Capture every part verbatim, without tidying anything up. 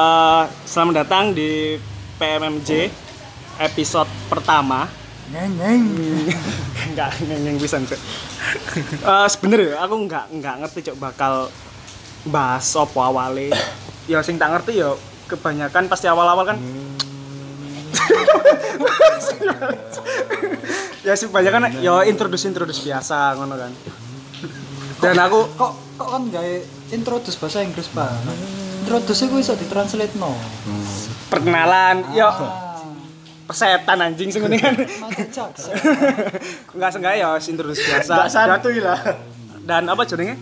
Uh, selamat datang di P M M J episode pertama. Ngeng-ngeng. Enggak ngeng-ngeng pisan, Cuk. Uh, sebenarnya aku enggak enggak ngerti Cuk bakal bahas opo awale. Ya sing tak ngerti ya kebanyakan pasti awal-awal kan. Ya sih banyak kan ya introduce-introduce biasa ngono kan. Dan aku kok kok kan gawe introduce bahasa Inggris, Pak. Introduce iku iso ditranslate-no. Hmm. Perkenalan, yo. Ah. Persetan anjing sing ngene kan. Enggak sengaja ya introduce biasa. Enggak santuy lah. Dan apa jenenge?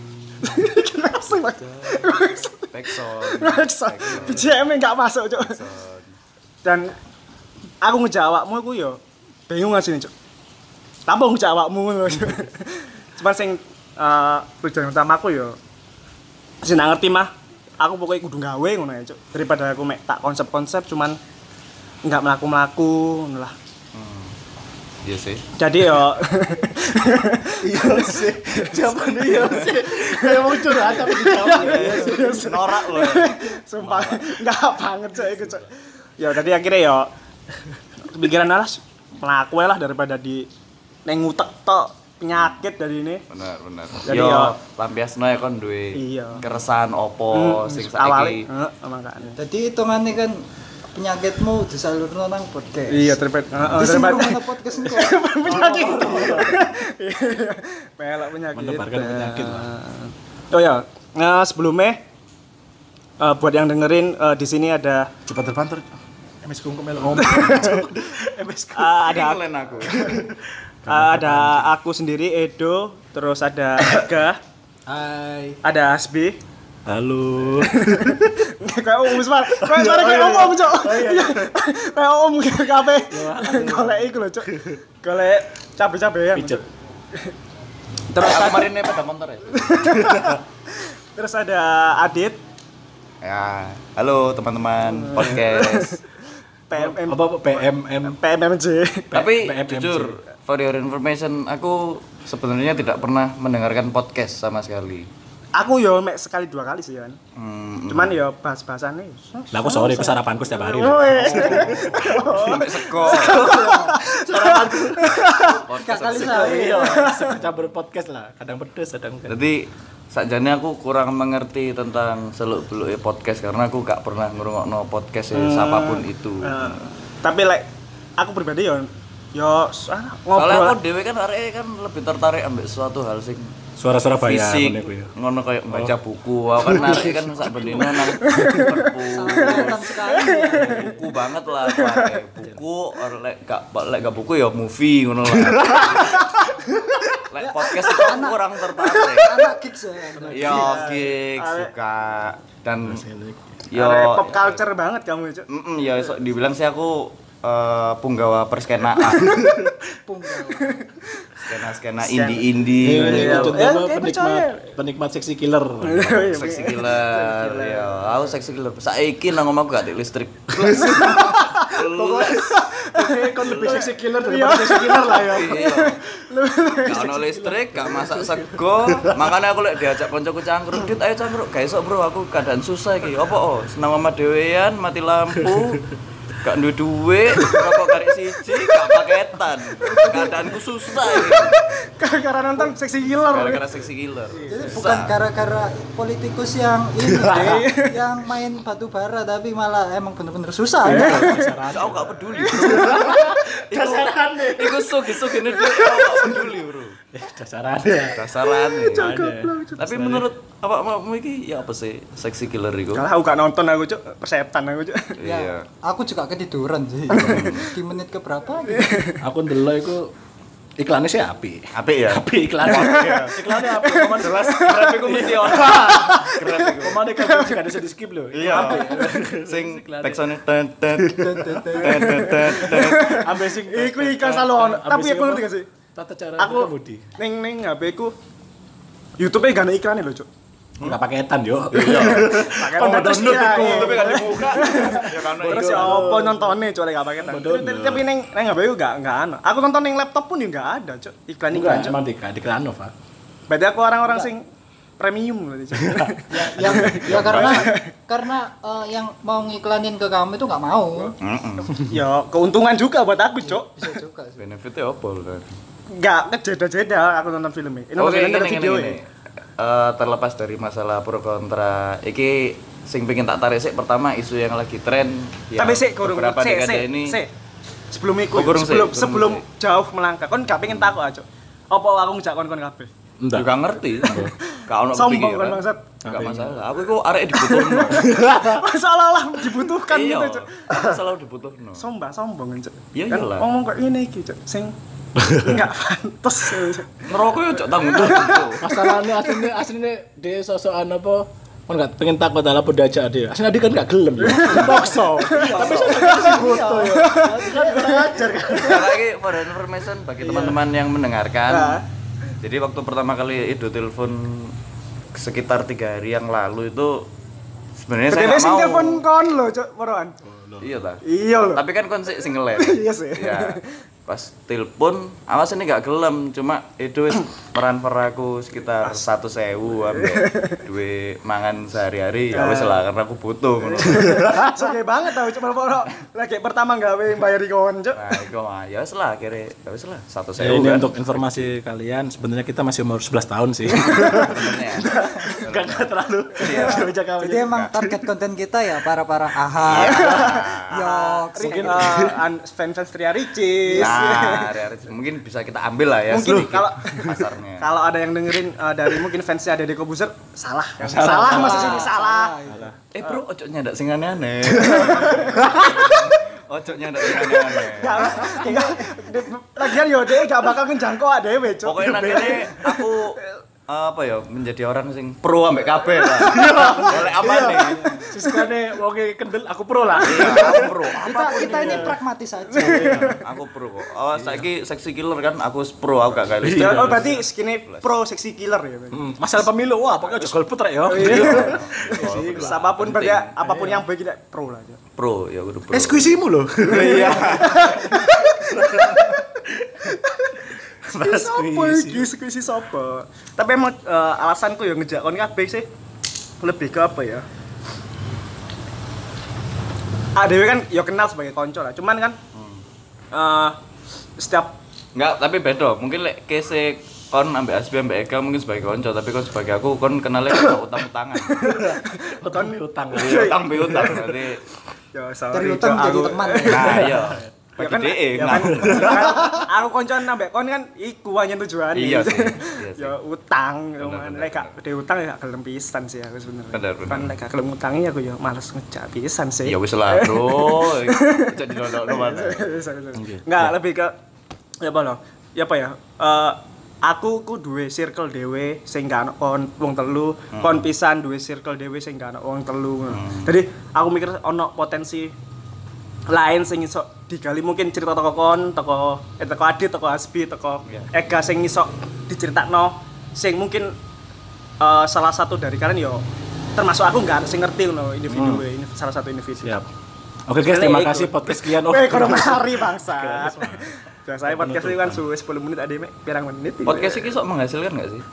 Backsound. Backsound. B J M enggak masuk, Cuk. Dan aku ngejawabmu iku yo bingung asine, Cuk. Tanpa ngejawabmu ngono, Cuk. Cuman sing uh, tujuan utamaku yo sing ngerti mah aku pokoknya kudu gawe ngono ya, Cuk. Daripada aku mek tak konsep-konsep cuman enggak melaku-melaku ngono lah. Hmm. Iya sih. Jadi yo iya sih. Jawaban iya sih. Kayak mau curhat tapi dijawab. Norak loh. Sumpah enggak banget Cuk iku, Cuk. Ya tadi akhirnya yo kepikiran alas melaku lah daripada di neng ngutek tok penyakit dari ini. Benar, benar. Jadi yo, yo lampiasno ya kon duwe iya. Keresahan opo hmm, sing saiki. Heeh, makane. Jadi hitungane kan penyakitmu disalurno nang podcast. Iya, daripada heeh, daripada podcast engko. Penyakit. Melok penyakit. Menebarkan penyakit lah. Oh ya, nah sebelumnya uh, buat yang dengerin uh, di sini ada cepat terpanter. M S Kungku melok ngomong. M S Kungku. Uh, ada aku. uh, ada aku sendiri Edo, terus ada Ega. Hai. Ada Asbi. Halo. Kayak om Usman. Kayak kayak om om, Cok. Kayak om kabeh. Golek iku lho, Cok. Golek cabe-cabean. Pijet. Terus kemarin pada motor ya. Terus ada Adit. Ya, halo teman-teman podcast. P M M apa P M M P M M J. Tapi P M M J. jujur, for your information, aku sebenarnya tidak pernah mendengarkan podcast sama sekali. Aku yo mek sekali dua kali sih kan. Hmm, Cuman yo bahas-bahasane. Lah aku sore ku sarapanku setiap hari. sampai sego. Sarapanku. Podcast kali sego. sehari. Iya, campur podcast lah, kadang pedes, kadang enggak. Jadi sakjane aku kurang mengerti tentang seluk-beluke podcast karena aku gak pernah ngrungokno podcast hmm. siapapun itu. Uh, tapi like aku pribadi yo yo ah, ngobrol. Soalnya aku dhewe kan arek kan lebih tertarik ambek suatu hal sing Suara Surabaya fisik, ngono iku ya. ngono kayak baca buku. Aku kan arek kan sak bendino nang perpu. Buku banget lah aku arek. Buku lek gak lek gak buku ya movie ngono lah. Lek podcast itu aku kurang tertarik. Anak gigs ya. Yo gigs suka dan yo pop culture banget kamu, Cuk. Heeh, ya iso dibilang sih aku uh, punggawa perskenaan. Punggawa. Skena-skena indie-indie. Iya, Eh, contohnya eh, penikmat percaya. penikmat seksi killer. Seksi killer. Ya, aku seksi killer. Saiki nang omahku gak ada listrik. Oke, kon lebih seksi killer daripada seksi killer lah ya. Iya. Gak ono listrik, gak masak sego. Makanya aku lek diajak koncoku cangkruk, "Dit, ayo cangkruk." Gak iso, Bro, aku keadaan susah iki. Apa oh, senang omah dhewean, mati lampu. Gak duwe duit, rokok karek siji, gak paketan. Keadaanku susah iki. Gara-gara nonton seksi killer. Gara-gara seksi killer. Jadi bukan gara-gara politikus yang ini yang main batu bara tapi malah emang bener-bener susah ya. Aku gak peduli. Dasarane. Iku sugi-sugine duit aku gak peduli, Bro. Dasarane. Dasarane. Tapi menurut awakmu iki ya apa sih seksi killer iku? Kalau aku gak nonton aku, Cuk. Persetan aku, Cuk. Iya. Aku juga ketiduran sih. Di menit ke berapa gitu. Aku ndelok iku iklannya sih api. Apik ya? Api iklannya. Iklannya api. Koman Jelas grab iku mesti ono. Grab iku. Koman iku gak bisa di skip lho. Iya. Sing backsound ten ten ten ten ten. Ambe sing Iku iklan selalu ono. Tapi aku ngerti gak sih? Tata cara Aku kemudi. ning ning H P ku YouTube-e gak ada iklannya lho, Cuk. Enggak paketan yo. Iya. Kon download iku. Tapi kan dibuka. Ya kan Terus ya apa nontonnya coba gak pakai tapi neng neng H P ku gak gak ana. Aku nonton neng laptop pun ya gak ada, Cuk. Iklan-iklan, Cuk. Cuma di di Klanov, Pak. Berarti aku orang-orang sing premium berarti. yang ya karena karena eh, yang mau ngiklanin ke kamu itu nggak mau. Ya keuntungan juga buat aku, Cok. Bisa juga sih. Benefitnya apa kan? Enggak kejeda-jeda aku nonton filmnya. Ini nonton Oke, film ini dari video ini. ya. Eh, terlepas dari masalah pro kontra, iki sing pengen tak tarik sih pertama isu yang lagi tren. yang Tapi sik kurang beberapa sik dekade sik ini. sik. Sebelum iku, Oh, kurang sik, sebelum kurang sebelum sik. jauh melangkah. Kon gak pengen takut aja. Apa aku ngejak kon-kon kabeh? Juga Enggak. ngerti. Gak ono Sombong kepikiran. kan bangsat. Gak masalah. Aku iku arek dibutuhno. Seolah-olah dibutuhkan Iya, gitu, Cok. aku selalu dibutuhno. Sombong, sombong Cok. Iya, Kan iyalah. ngomong kok ngene iki, Cok. Sing enggak pantes. Cok. Ngerokok yo cok tanggung jawab. Masalahnya aslinya aslinya dia sosokan apa? Kan enggak pengen takut dalam pedajak dia. Aslinya dia kan enggak gelem ya. Paksa. Tapi saya sih butuh ya. Kan kurang ajar kan. Lagi for information bagi teman-teman yang mendengarkan. Nah. Jadi waktu pertama kali Edo telepon sekitar tiga hari yang lalu itu sebenarnya saya Btw nggak sing mau. telepon kon lho, Cok, Moroan. Iya ta. Iya lho. Tapi kan kon sik sing ngeler. Iya sih. Ya. Pas telepon, awas ini gak gelem, cuma itu wis meranfer aku sekitar satu sewu ambek duwe mangan sehari-hari. Ya wis lah karena aku butuh ngono. Soge banget tau, Cok, Moro. Lagi pertama gawe bayar kon, Cok. Nah, iku mah ya wis lah akhirnya ya wis lah satu Ya, sewu ini kan. untuk informasi kalian, sebenarnya kita masih umur sebelas tahun sih. Sebenarnya. Enggak terlalu. Jadi emang target konten kita ya para-para aha. Yoks. Mungkin eh, an- fans-fans Tria Ricis. Nah, hari-hari mungkin bisa kita ambil lah ya. Mungkin sedikit kalau pasarnya. kalau ada yang dengerin eh, dari mungkin fansnya Deddy Kobuzer, salah. Salah, Mas sini salah. Eh bro, ojo nyandak sing aneh-aneh. Ojo nyandak sing aneh-aneh. Enggak, lagian yo dhek gak bakal ngejangkau dhewe, Cok. Pokoknya nanti aku apa ya menjadi orang sing pro ambek kabeh lah. Oleh apa nih? Siskane wonge kendel aku pro lah. Iya, aku pro. Kita kita ini pragmatis aja. Aku pro kok. Awas saiki seksi killer kan aku pro aku gak kali. Ya, oh berarti skinny pro sexy killer ya. berarti. Hmm, masalah pemilu wah pokoknya aja golput rek ya. Apapun berarti apapun yang baik kita pro lah, Cok. Pro ya kudu pro. Eskuisimu loh. Iya. Sopo iki skripsi sopo? Tapi emang eh, alasanku ya ngejak kon kabeh sih lebih ke apa ya? Adewe kan ya kenal sebagai konco lah. Cuman kan eh setiap Enggak, tapi beda. Mungkin lek kese kon ambek Asbi ambek Eka mungkin sebagai konco, tapi kon sebagai aku kon kenalnya karena utang-utangan. Utang utang. Iya, utang be utang berarti. ya sorry, Dari utang Cok, jadi aku- teman. Nah, iya. Ya Bagi kan, DE ya nah. kan, ya kan, aku koncoan ambek kon kan iku hanya tujuan. Iya sih, iya sih. Ya utang, cuman bener, lek gak gede utang ya gak gelem pisan sih aku sebenarnya. Bener, bener. Kan lek gak gelem utangi aku ya males ngejak pisan sih. Ya wis lah, Bro. Jadi dodok mana. Enggak, lebih ke ya apa loh? Ya apa ya? Eh aku ku duwe circle dhewe sing gak ono kon wong telu, kon pisan duwe circle dhewe sing gak ono wong telu. Jadi aku mikir ono potensi lain sing iso digali mungkin cerita toko kon, toko eh toko Adit, toko Asbi, toko Yeah. Ega sing iso diceritakno sing mungkin eh, salah satu dari kalian yo termasuk aku nggak sing ngerti ngono individu ini salah satu individu. Siap. Oke guys, terima kasih podcast kalian. Weh, kono mari bangsa. Biasanya podcast ini kan suwe sepuluh menit ada mek pirang menit. Podcast iki sok menghasilkan enggak sih?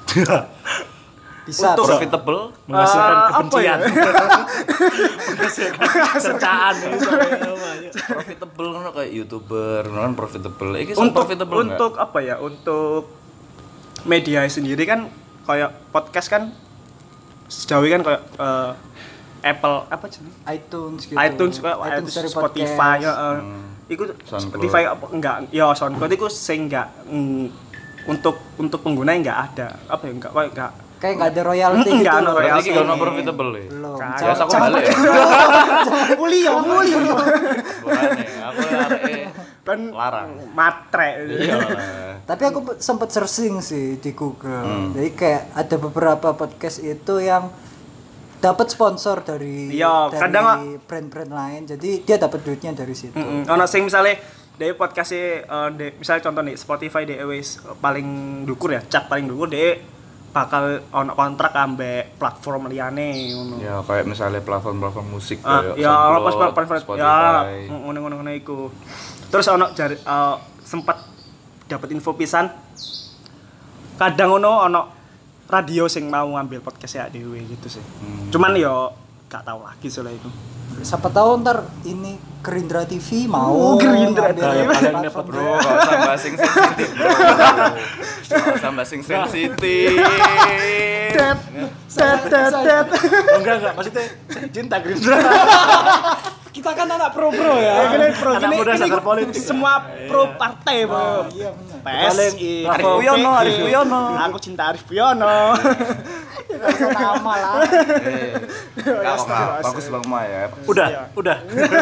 Bisa. Untuk bisa. profitable. Menghasilkan Eh, kebencian. apa ya? Menghasilkan cercaan nih soalnya. Profitable ngono kayak YouTuber, ngono kan profitable. Iki sok Untuk profitable enggak? untuk apa ya? Untuk media sendiri kan kayak podcast kan sejauh ini kan kayak eh, Apple apa jenis? iTunes gitu. iTunes, kayak iTunes dari Spotify ya. podcast. eh. Iku SoundCloud. Spotify apa enggak? Ya SoundCloud iku sing enggak mm, untuk untuk pengguna enggak ada. Apa ya enggak kayak enggak Kayak nggak ada royalti Mm, gitu. nggak ada loh. royalti. Berarti iki ono profitable ya. Belum. Kan. Ya aku balik ya. muli ya muli Bolane, aku areke kan larang. matre. Iya. Tapi aku pe- sempet searching sih di Google. Hmm. Jadi kayak ada beberapa podcast itu yang dapat sponsor dari Iya, dari kadang- brand-brand lain. Jadi dia dapat duitnya dari situ. Heeh. Ono sing misale dari podcast e misalnya contoh nih Spotify D E wis paling dukur ya, cat paling dukur deh bakal ono kontrak ambek platform liyane ngono. Ya kayak misalnya platform-platform musik Ah, kayak ya ono pas SoundCloud, pas pas ya Spotify. ngono-ngono iku. Terus ono jari eh, sempat dapat info pisan. Kadang ono ono radio sing mau ngambil podcast ya dhewe gitu sih. Hmm. Cuman yo gak tahu lagi soal itu. Siapa tahu ntar ini Gerindra T V Oh, mau Gerindra ngambil T V. platform Paling dapat, Bro, gak usah bahas sing sensitif. Bro. Gak usah bahas sing sensitif. Tet tet tet tet. Oh, enggak enggak, maksudnya cinta Gerindra. Kita kan anak pro pro ya. Ya gini pro Anak gini, muda ini sadar politik, semua pro partai, Bro. Iya benar. P S I, Arif Puyono, Arif Puyono. Aku cinta Arif Puyono. Kita nama lah. Eh, gak apa-apa, bagus Bang Ma ya. Udah, udah.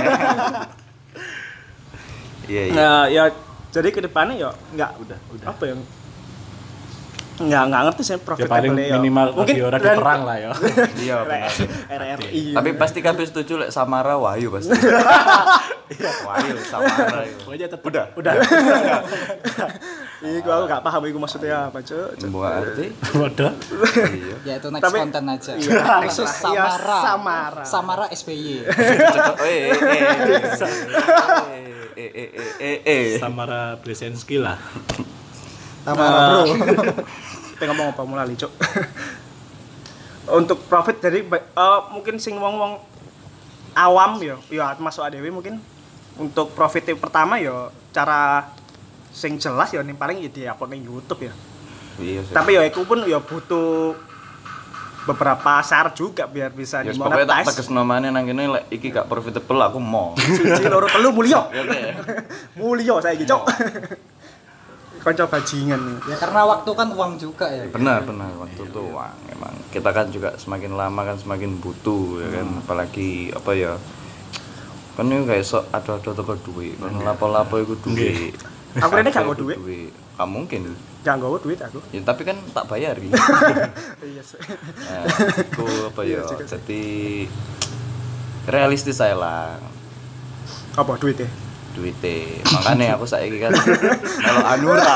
Iya, iya. Nah, ya jadi ke depannya ya enggak Udah, udah. apa yang enggak enggak ngerti sih Ya profitable paling minimal radio radio dan- perang lah ya. Iya, benar. R R I. Tapi pasti kabeh setuju lek Samara Wahyu pasti. Wahyu Samara itu. Pokoknya tetap Udah. udah. Iku aku enggak paham iku maksudnya apa, Cuk. Mbok arti. Bodoh. Iya. Ya itu next Tapi- konten aja. Iya, Khusus iya, Samara. Samara. Samara S B Y. Cocok. Eh, eh, eh, eh, eh, eh, eh. Samara Brzezinski lah. Samara bro. Kita ngomong apa mulai, Cuk. Untuk profit dari eh, mungkin sing wong-wong awam ya, ya masuk A D W mungkin untuk profit yang pertama ya cara sing jelas ya nih paling ya di upload ning YouTube ya. Iya sih. Tapi ya itu pun ya butuh beberapa syarat juga biar bisa Ya pokoknya tak dimonetize. tegas namanya nang kene lek iki gak profitable aku mau. Siji loro telu mulya. Ya oke. Mulya saiki, Cuk. Kanca bajingan. Ya karena waktu kan uang juga ya. Benar, benar. Waktu itu uang emang. Kita kan juga semakin lama kan semakin butuh ya kan. Apalagi apa ya? Kan ini kayak sok ada-ada toko duit. Kan lapo-lapo iku duit. Aku rene gak nggo duit. Gak mungkin. Gak nggawa duit aku. Ya tapi kan tak bayari. Iya sih. Nah, itu apa ya? Jadi realistis saya lah Apa duitnya? duitnya. Makanya aku saiki kan kalau Anura.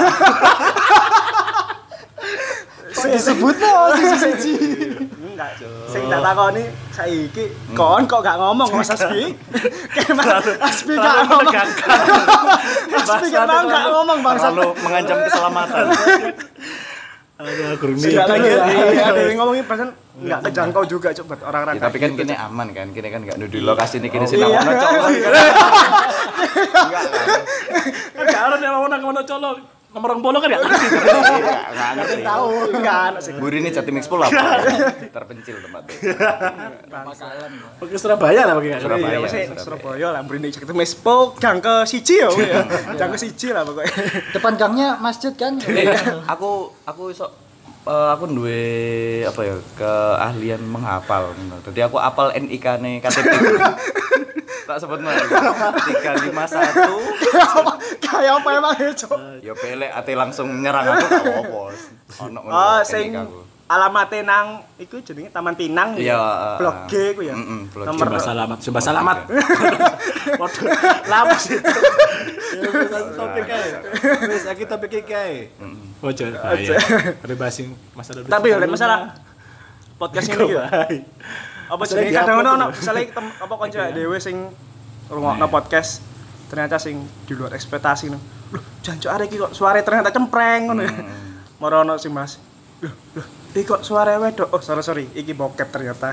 Disebut loh siji-siji. Enggak, sing tak takoni saiki kon kok gak ngomong Mas Asbi. Kayak Asbi gak ngomong. Asbi kan mau gak ngomong bangsa. Terlalu mengancam keselamatan. Aduh, kurang Enggak lagi nih. ya. Ada yang ngomongin perasaan enggak kejangkau juga coba buat orang-orang. Ya, tapi kan kayak kini aman kan, kini kan nggak nuduh lokasi ini kini Oh, sinau iya. ono colok. Enggak kan? Kan gak ada yang mau nang ngono colok. Nomor orang polo kan ya. Iya, nggak ngerti. tahu enggak ada sih. Buri ini Jatim Expo apa? Terpencil tempatnya. Makalan. Pakai Surabaya lah pakai Surabaya. Iya, Surabaya. masih Surabaya lah, Brindisi ketemu Expo gang ke siji ya, weh, ya. Gang ke siji lah pokoknya. Depan gangnya masjid kan? Eh, aku aku iso eh, aku duwe apa ya keahlian menghafal. Jadi aku apal N I K-ne K T P. Tak sebut mana. tiga lima satu Kayak apa emang ya, Cok? Ya pelek ate langsung nyerang aku gak apa-apa. Ono ngono Oh, N I K sing aku. alamatnya nang iku jenenge Taman Pinang Iya, ya. Blok G iku ya. Mm-mm, Blok G. Nomor Sumpah salamat, sumpah salamat. Waduh, lama sih. Topik kae. Wis iki topik iki kae. Ojo bahaya. Ada bahasing masalah. tapi ya masalah podcast ini ya. Apa jenenge kadang ono misale tem- apa kanca dhewe sing ngrungokno podcast ternyata sing di luar ekspektasi no. Loh, jancuk arek iki kok suara ternyata cempreng ngono ya. Moro ono sing Mas. Loh, loh, iki kok suara wedok. Oh, sorry sorry, iki bokep ternyata.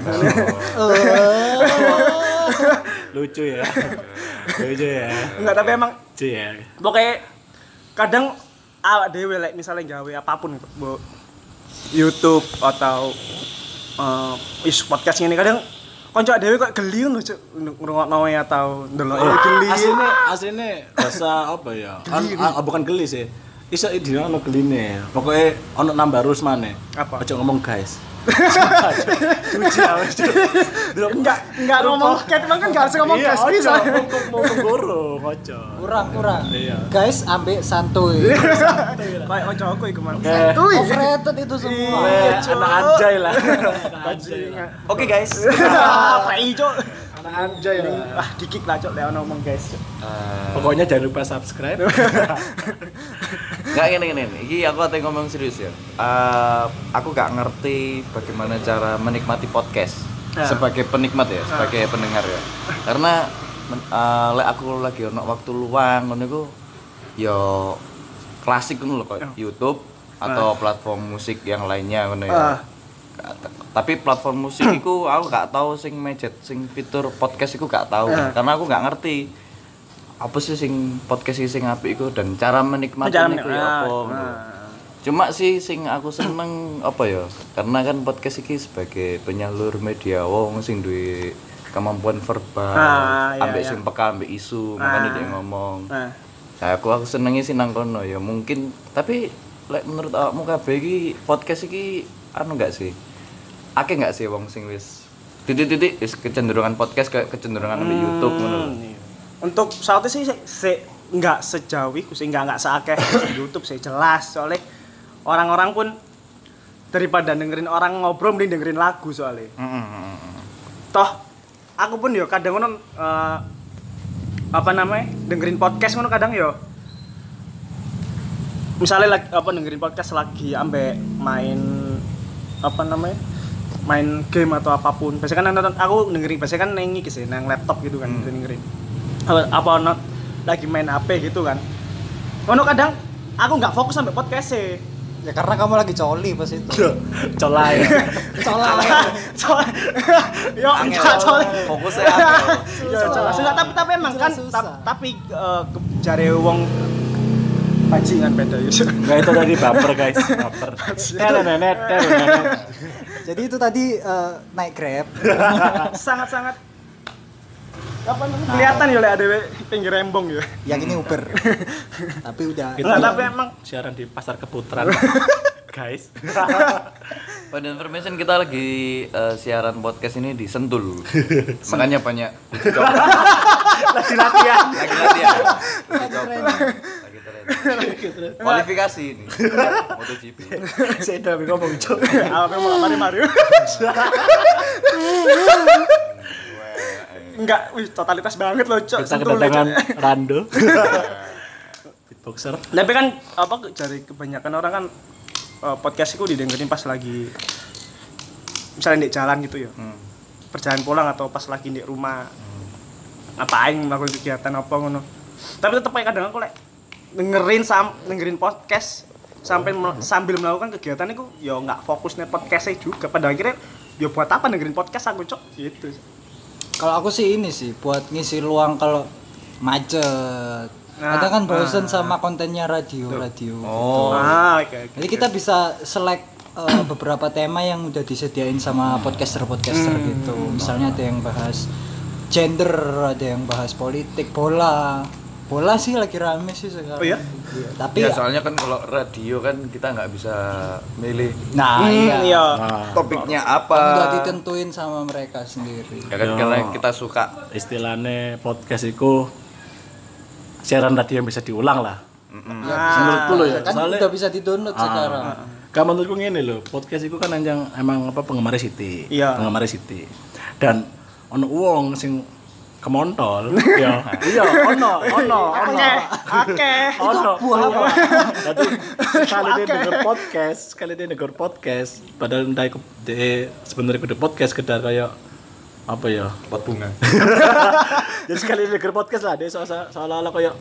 Lucu ya. Lucu ya. Enggak, tapi emang Lucu ya. pokoknya kadang awak dhewe lek misalnya gawe apapun bu YouTube atau uh, is podcast ini kadang kanca dhewe kok geli ngono Cuk ngrungokno atau ndelok geli. Asline asline bahasa apa ya? Kan ah, bukan geli sih. Iso di ono geline. Pokoke ono nambah rus maneh. Apa? Ojo ngomong guys. Cuci awes. Enggak enggak ngomong cat kan enggak harus ngomong Iya, gas ojo. bisa. Mau menggoro, ojo. Kurang kurang. Iya. Guys, ambek santuy. Kayak kancaku iku man. Oke. Santuy. Overrated itu semua. Iya, Eh, Cuk. anak anjay lah. Anak anjay lah. Oke guys. Apa ijo? Anak anjay lah. Ah, dikik lah Cuk lek ono ngomong guys. Cuk. Pokoknya jangan lupa subscribe. Enggak gini gini. Iki aku ate ngomong serius ya. Eh, aku gak ngerti bagaimana cara menikmati podcast Ya. sebagai penikmat ya, sebagai pendengar ya. Karena men- eh, lek aku lagi ono waktu luang ngono iku ya klasik ngono lho kok YouTube atau platform musik yang lainnya ngono ya. Ah. Tapi platform musik iku aku gak tahu sing mejet sing fitur podcast iku gak tahu Ah. karena aku gak ngerti apa sih sing podcast sing apik iku dan cara menikmati Cara iku ya menik- apa. ah, ngono. ah. Cuma sih sing aku seneng apa ya? Karena kan podcast iki sebagai penyalur media wong sing duwe kemampuan verbal, Ah, iya, ambek iya. sing peka ambek isu, makanya Ah. dia ngomong. Nah, Nah, aku aku senengnya sih nang kono ya mungkin tapi lek menurut awakmu kabeh iki podcast iki anu enggak sih? Akeh enggak sih wong sing wis titik-titik wis kecenderungan podcast kayak kecenderungan ambek YouTube ngono lho. iya. Untuk saat sih se, se enggak sejauh iku sih enggak enggak seakeh YouTube sih jelas soalnya orang-orang pun daripada dengerin orang ngobrol mending dengerin lagu soalnya. Heeh. Toh aku pun yo kadang ngono eh, apa namanya dengerin podcast ngono kadang yo misalnya lagi apa dengerin podcast lagi ambek main apa namanya main game atau apapun biasanya kan nonton aku dengerin biasanya kan neng iki sih nang laptop gitu kan dengerin apa, apa not, lagi main H P gitu kan ngono kadang aku nggak fokus sampai podcast sih Ya karena kamu lagi coli pas itu. Colai. Colai. soal yo enggak soal Fokusnya apa? ya Susah. susah tapi tapi emang kan Susah. tap- tapi eh, ke- jare wong bajingan beda ya Enggak itu tadi baper guys, baper. Tenenet, tenenet. Jadi itu tadi eh, naik Grab. sangat-sangat apa namanya kelihatan ya lek adewe pinggir rembong ya Yang ini Uber. Tapi udah Kita Nah, tapi emang siaran di Pasar Keputaran. Guys. For the information kita lagi eh, siaran podcast ini di Sentul. Makanya banyak lagi latihan lagi latihan. Lagi training. Lagi training. Kualifikasi ini. MotoGP. Saya udah ngomong cok. apa mau mari Mario enggak wih totalitas banget loh cok Kita sentul, kedatangan Cok. Rando. Beatboxer. tapi kan apa dari kebanyakan orang kan eh, podcast itu didengerin pas lagi misalnya di jalan gitu ya Hmm. perjalanan pulang atau pas lagi di rumah ngapain melakukan kegiatan apa ngono tapi tetep aja kadang aku lek dengerin sam dengerin podcast sampai mel- sambil melakukan kegiatan itu ya nggak fokus nih podcastnya juga pada akhirnya ya buat apa dengerin podcast aku cok gitu Kalau aku sih ini sih buat ngisi luang kalau macet. Nah, Kadang kan bosen nah. sama kontennya radio-radio. Oh. ah oke oke Jadi kita bisa select eh, beberapa tema yang udah disediain sama podcaster-podcaster Hmm. gitu. Misalnya ada yang bahas gender, ada yang bahas politik, bola. Bola sih lagi rame sih sekarang. Oh iya? Iya, tapi Ya soalnya kan kalau radio kan kita nggak bisa milih nah Hmm, iya. iya Nah, topiknya Kan apa. udah ditentuin sama mereka sendiri. Ya kan Yo. karena kita suka. istilahnya podcast itu siaran radio yang bisa diulang lah. Ya, Ah. Menurutku lo ya, kan soalnya- udah bisa di-download Ah. sekarang. Kamu menurutku ngene lho, podcast itu kan anjang emang apa penggemar Siti. Iya. Penggemar Siti. Dan ono wong sing kemontol, ya. Iya, ono, ono, ono. oke oke Ono. buah apa? Jadi sekali dia denger podcast, sekali dia denger podcast, padahal entah iku dia sebenarnya kudu podcast kedar kayak apa ya? Pot bunga. Jadi sekali dia denger podcast lah, dia seolah- seolah-olah kayak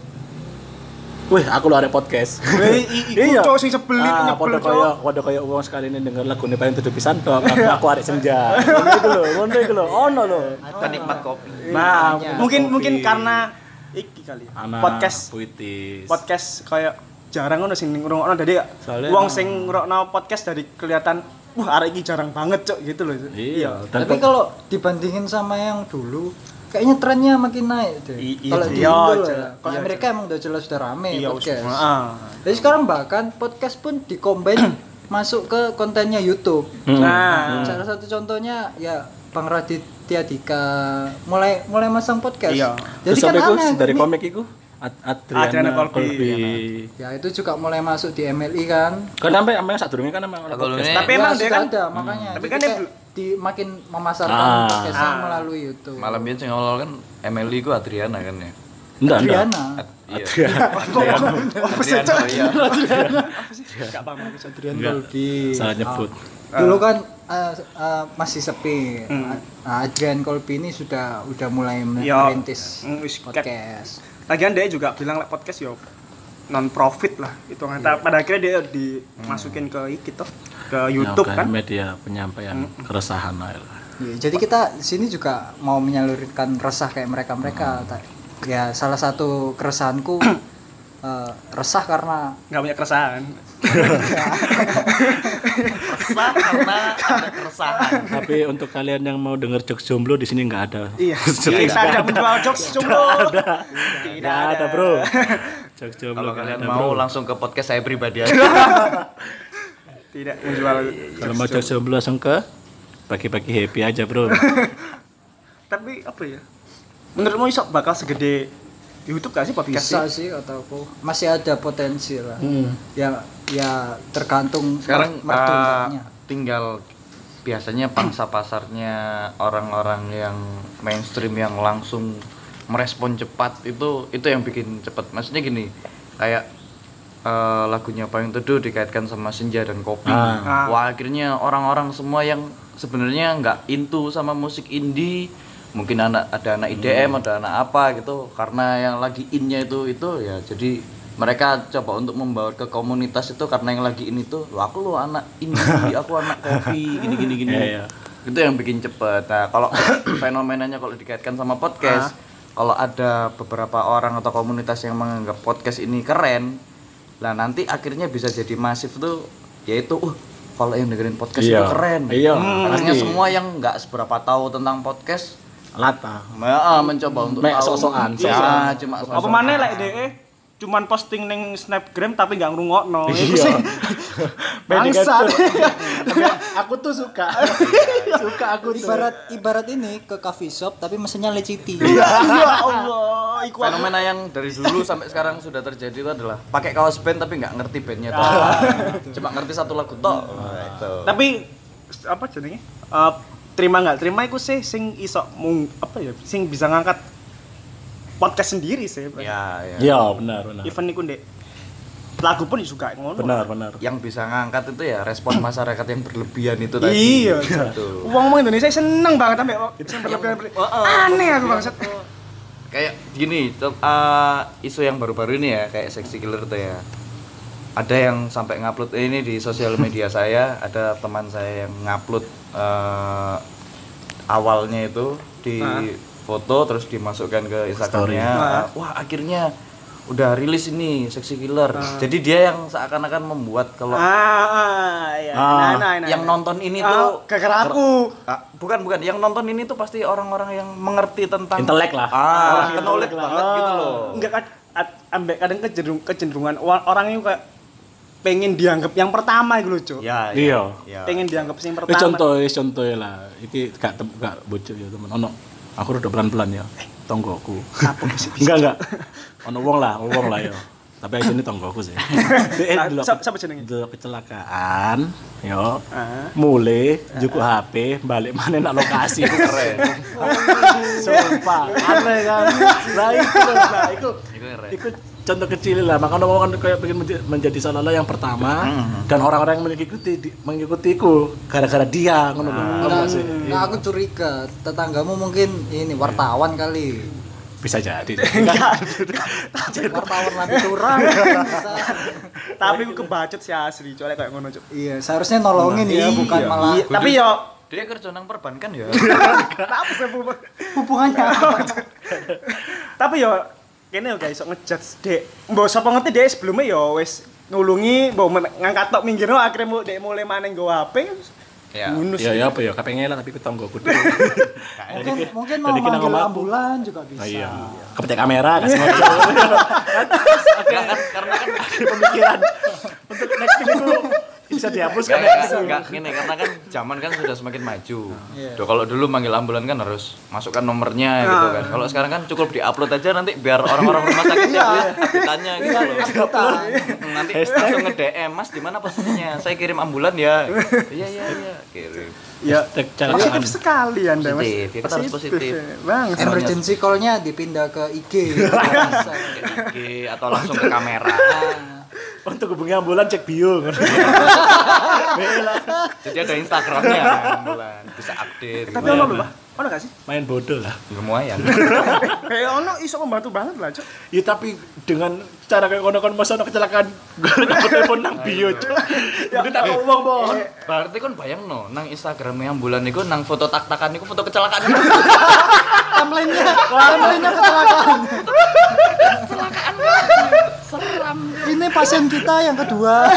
wih, aku lo ada podcast. Wih, i- iku cowok sing sebel iku Ah, nyebel podo cowok. kaya podo kaya wong sekali ini denger lagune paling tujuh pisan tok, aku, aku arek senja. Ngono iku lho, ngono iku lho, ono lho. Penikmat kopi. Nah, Iya. mungkin kopi. mungkin karena iki kali ya, Anak podcast puitis. podcast kayak jarang ngono sing ngrungokno dadi Soalnya wong emang- sing ngrungokno podcast dari kelihatan wah arek iki jarang banget cok gitu loh. Iya, dan Tapi kalau dibandingin sama yang dulu, kayaknya trennya makin naik deh. I- iya, Kalau di iya, Indo jelas. lah. Kalau Iya, Amerika emang udah jelas udah rame Iya, podcast. heeh. Jadi sekarang bahkan podcast pun dicombine masuk ke kontennya YouTube. Hmm. Nah, Salah satu contohnya ya Bang Raditya Dika mulai mulai masang podcast. Iya. Jadi terus kan apa iku aneh dari ini. komik iku Ad- Adriana, Adriana Colby, Colby. Ya itu juga mulai masuk di M L I kan. Kan sampai sampai sadurunge kan emang ono Sadurunge. podcast. Tapi Ya, emang dia sudah kan- ada makanya. Tapi Jadi kan dia kayak bel- di makin memasarkan Ah. podcastnya Ah. melalui YouTube. Malam biyen sing awal kan Emily ku Adriana kan ya. Enggak, enggak. Adriana. Iya. Adriana. apa sih Adriana, cok? iya. Enggak paham aku cok. Adrian Enggak. Colby. Salah nyebut. Dulu kan eh, eh, masih sepi. Hmm. Nah, Adrian Colby ini sudah udah mulai Yo, merintis mm, wis kayak- podcast. Lagian dia juga bilang like podcast yo non profit lah itu kan. Iya. Pada akhirnya dia dimasukin ke gitu ke YouTube Ya, kan. media penyampaian Hmm. keresahan lah. Ya, jadi kita di sini juga mau menyalurkan resah kayak mereka-mereka. Ta- Ya salah satu keresahanku eh, resah karena Nggak punya keresahan. Resah karena ada keresahan. Tapi untuk kalian yang mau denger jokes jomblo di sini nggak ada. Iya. Kita ada menjual jokes jomblo. Tidak Nggak ada, Bro. Jokes jomblo Kalau nggak kalian ada, mau bro. langsung ke podcast saya pribadi aja. Tidak menjual. Kalau mau jokes jomblo langsung ke pagi-pagi happy aja, Bro. Tapi apa ya? Menurutmu iso bakal segede YouTube gak sih podcast? bisa sih atau aku masih ada potensi lah. Hmm. Ya ya tergantung Sekarang mer- mertuanya. uh, tinggal biasanya pangsa pasarnya orang-orang yang mainstream yang langsung merespon cepat itu itu yang bikin cepat. Maksudnya gini, kayak uh, lagunya Payung Teduh dikaitkan sama senja dan kopi. Ah. Wah, akhirnya orang-orang semua yang sebenarnya nggak into sama musik indie, mungkin anak ada anak I D M, ada anak apa gitu, karena yang lagi in-nya itu itu ya jadi mereka coba untuk membawa ke komunitas itu karena yang lagi in itu, lo aku lo anak indie, aku anak kopi, gini gini gini. Iya, iya. Itu yang bikin cepet. Nah, kalau fenomenanya kalau dikaitkan sama podcast, kalau ada beberapa orang atau komunitas yang menganggap podcast ini keren, lah nanti akhirnya bisa jadi masif tuh, yaitu uh kalau yang dengerin podcast Iya. itu keren. Iya, Akhirnya pasti. semua yang nggak seberapa tahu tentang podcast Lata. ya, mencoba untuk Mek tahu. sok-sokan, Iya, sok-sokan. cuma Apa sok-sokan. mana lah ide cuman posting neng Snapgram tapi nggak ngrungokno. Itu Iya. sih. Bangsat. Tapi aku tuh suka. Suka aku tuh. Ibarat ibarat ini ke coffee shop tapi mesennya leciti. Ya Allah, iku aku- Fenomena yang dari dulu sampai sekarang sudah terjadi itu adalah pakai kaos band tapi nggak ngerti bandnya tuh Ah. apa. Cuma ngerti satu lagu tok. Nah, itu. Tapi apa jenenge? Eh, terima nggak terima iku sih sing iso mung apa ya sing bisa ngangkat podcast sendiri sih. Ya, ya. Iya, benar, benar. Even iku ndek lagu pun juga ngono. Benar, benar. Yang bisa ngangkat itu ya respon masyarakat yang berlebihan itu tadi. Iya. Gitu. Uang uang Indonesia seneng banget sampai sing berlebihan. Oh, oh, Aneh aku bangsat. Kayak gini, co- uh, isu yang baru-baru ini ya, kayak sexy killer tuh ya. Ada yang sampai ngupload eh, ini di sosial media saya, ada teman saya yang ngupload uh, awalnya itu di Ah. foto terus dimasukkan ke Instagramnya. Ah. Wah, akhirnya udah rilis ini sexy killer. Jadi dia yang seakan-akan membuat kalau Ah, ah, iya. Ah. Nah, nah, nah, yang nah. nonton ini Ah, tuh gara-gara aku. Ah, bukan bukan yang nonton ini tuh pasti orang-orang yang mengerti tentang Intelek lah. Ah, Orang knowledge intelek lah. banget gitu loh. Enggak kan ad- ambek kadang kecenderung, kecenderungan wa- orang itu kayak pengen dianggap yang pertama gitu loh, Cuk. Ya, Iya. ya. Pengen dianggap yang Ini pertama. contoh, ini contoh lah. Iki gak tem- gak bocor ya, teman. Ono. Aku udah pelan-pelan ya. Tonggoku. Enggak, enggak. Ono wong lah, wong lah ya. Tapi ini tonggoku sih. Dia Ah, dulu siapa- siapa jenenge? dulu kecelakaan, yo. Ah. Mulai juku H P, balik mana nak lokasi itu keren. Sumpah, aneh kan. Lah itu lah, itu Itu keren. itu contoh kecil lah. Makanya orang kan kayak pengen menjadi, menjadi seolah-olah yang pertama dan orang-orang yang mengikuti di- mengikutiku gara-gara dia ngono lho. Paham Nah, gak sih? nah, aku curiga tetanggamu mungkin ini wartawan kali. Bisa jadi. Wartawan lampu turang. Bisa. Tapi aku kebacet sih asli, Cuk, kayak ngono, Cuk. Iya, seharusnya nolongin ya, bukan malah Iya, tapi yo Dia kerja nang perbankan ya. apa sih Bu? hubungannya apa? Tapi yo kene yo guys, sok ngejudge Dek. Mbok sapa ngerti Dek sebelumnya yo wis nulungi, mbok men- ngangkat tok minggirno akhirnya mbok Dek mulai maneng nggo H P. Ya. Ngunus. Ya ya apa ya kepengen lah tapi ketonggoku dulu. Mungkin mungkin mau Jadi kita manggil ngomong- ambulan juga bisa. Oh iya. Kepetek kamera kasih ngobrol. Enggak kan karena kan Pemikiran untuk next ini tuh bisa dihapus kan Enggak, next enggak, enggak, gini, karena kan zaman kan sudah semakin maju. Iya. Duh, kalau dulu manggil ambulan kan harus masukkan nomornya gitu kan. Kalau sekarang kan cukup diupload aja nanti biar orang-orang rumah sakit yang lihat update-nya gitu loh. Hmm, Nanti langsung nge-D M, "Mas, di mana posisinya? Saya kirim ambulan ya." Iya, iya, iya, kirim. Ya, Hashtag positif calakan. sekali Anda, Mas. Positif, kita harus positif. Bang, Emergency call-nya dipindah ke I G. Bisa. Ke I G atau langsung ke kamera. Nah, Untuk hubungi ambulan cek bio. Jadi ada Instagramnya ambulan, bisa update. Tapi ono lho, Pak. Ono gak sih? Main bodoh lah. Lumayan. Kayak ono iso membantu banget lah, Cuk. Ya tapi dengan cara kayak kono-kono masa ono kecelakaan gue dapet telepon nang bio, Cuk. Ya tak ngomong, Po. Berarti kan bayangno nang Instagramnya ambulan iku nang foto tak-takan iku foto kecelakaan. Timelinenya, timelinenya kecelakaan. Kecelakaan. Seram. Ini pasien kita yang kedua.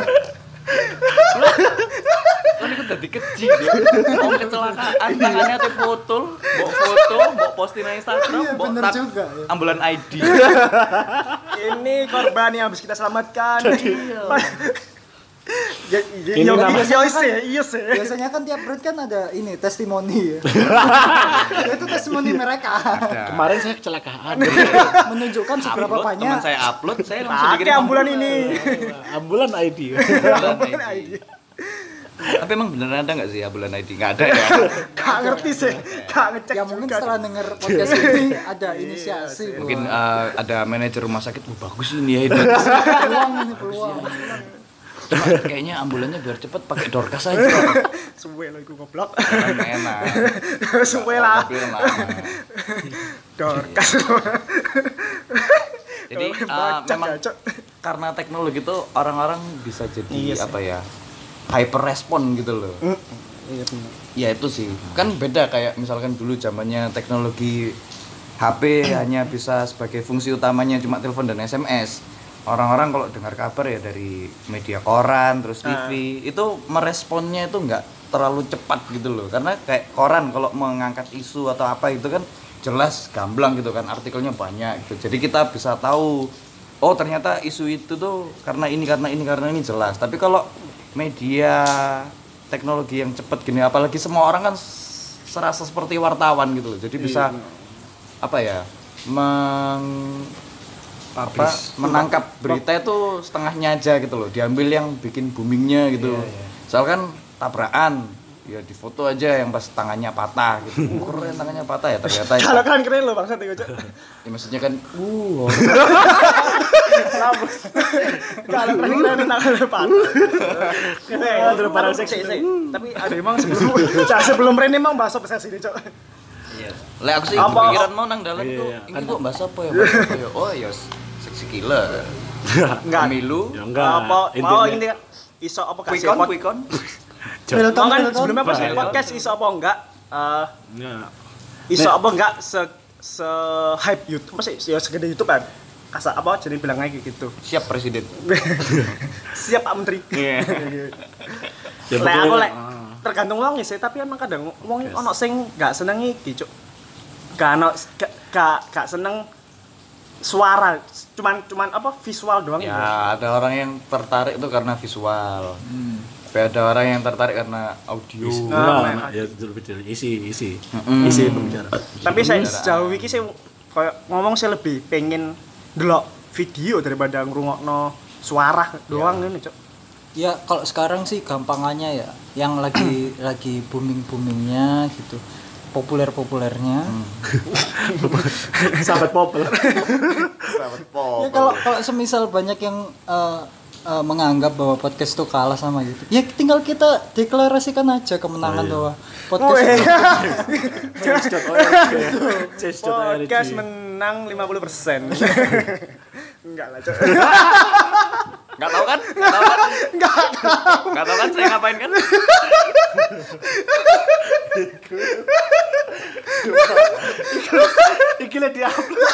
Kan iku dadi keji ya. Wong kecelakaan tangannya ate foto, mbok foto, mbok posting nang Instagram, Iya, mbok bener tag juga, ya. ambulan I D. Ini korban yang habis kita selamatkan. Ya, Ini iya, nama- iya sih, iya sih. Biasanya kan tiap brand kan ada ini testimoni ya. Itu testimoni mereka. Kemarin saya kecelakaan. Menunjukkan seberapa Upload, banyak. teman saya upload, saya langsung Pakai dikirim ambulan ini. Ambulan I D. ambulan I D. Tapi emang beneran ada nggak sih ambulan I D? Nggak ada ya. Gak ngerti sih, gak ngecek Ya mungkin juga. setelah denger podcast ini ada inisiasi. Mungkin bahwa eh, ada manajer rumah sakit, oh, bagus ini ya itu. peluang ini peluang. Cuma kayaknya ambulannya biar cepet pakai Dorcas aja. Suwe lo iku goblok. Kan enak. Suwe lah. Mobil lama. Dorkas. Jadi eh, Bacak, memang Cuk. karena teknologi itu orang-orang bisa jadi Iya sih. apa ya, hyper respon gitu loh. Iya benar. Ya itu sih kan beda kayak misalkan dulu zamannya teknologi H P hanya bisa sebagai fungsi utamanya cuma telepon dan S M S. Orang-orang kalau dengar kabar ya dari media koran terus T V itu meresponnya itu nggak terlalu cepat gitu loh, karena kayak koran kalau mengangkat isu atau apa itu kan jelas gamblang gitu kan, artikelnya banyak gitu, jadi kita bisa tahu oh ternyata isu itu tuh karena ini karena ini karena ini jelas. Tapi kalau media teknologi yang cepat gini, apalagi semua orang kan serasa seperti wartawan gitu loh, jadi bisa apa ya meng apa menangkap berita itu setengahnya aja gitu loh, diambil yang bikin boomingnya gitu. Misalkan tabrakan ya di foto aja yang pas tangannya patah gitu. Oh, keren tangannya patah ya ternyata ya. Kalau keren keren lo bangsat itu, Cuk. Ya, maksudnya kan uh Kalau keren keren tangan depan. Eh, terus barang seksi sih. Tapi ada emang sebelum Cak, sebelum Ren emang bahas apa sih ini, Cuk. iya. Lah aku sih Apa? pikiran mau nang dalan tuh Iya, ini kok bahasa apa ya? Bahasa apa ya? Oh ya seksi killer. Enggak. Pemilu. Ya enggak. Apa mau Intinya- ini kan iso apa kasih Quickon, pot- quickon. Filter, Mau kan filter. sebelumnya pas Filter. podcast iso apa enggak eh Nah, iso apa enggak se se hype YouTube masih ya segede YouTube kan. Kasa apa jadi bilang kayak gitu. Siap presiden. Siap Pak Menteri. Iya. ya Lek aku pokoknya- lek tergantung wong sih, tapi emang kadang wong ono sing gak seneng iki, Cuk. Gak ono gak gak, gak seneng suara, cuman cuman apa visual doang gitu. Ya, ada orang yang tertarik itu karena visual. Tapi ada orang yang tertarik karena audio. Nah, Nah, nah, ya betul isi isi Mm-mm. isi pembicaraan. Tapi saya sejauh iki sih kayak ngomong sih lebih pengen delok video daripada ngrungokno suara doang ngene, Cuk. Ya kalau sekarang sih gampangannya ya, yang lagi lagi booming boomingnya gitu, populer populernya. Sahabat popel. Sahabat pop. Ya kalau kalau semisal banyak yang eh, eh, menganggap bahwa podcast itu kalah sama gitu, ya tinggal kita deklarasikan aja kemenangan bahwa podcast itu Podcast menang lima puluh persen. Enggak lah, Cuk. Enggak tahu kan? Enggak tahu kan? Enggak tahu. Enggak tahu kan saya ngapain kan? Iki lah dia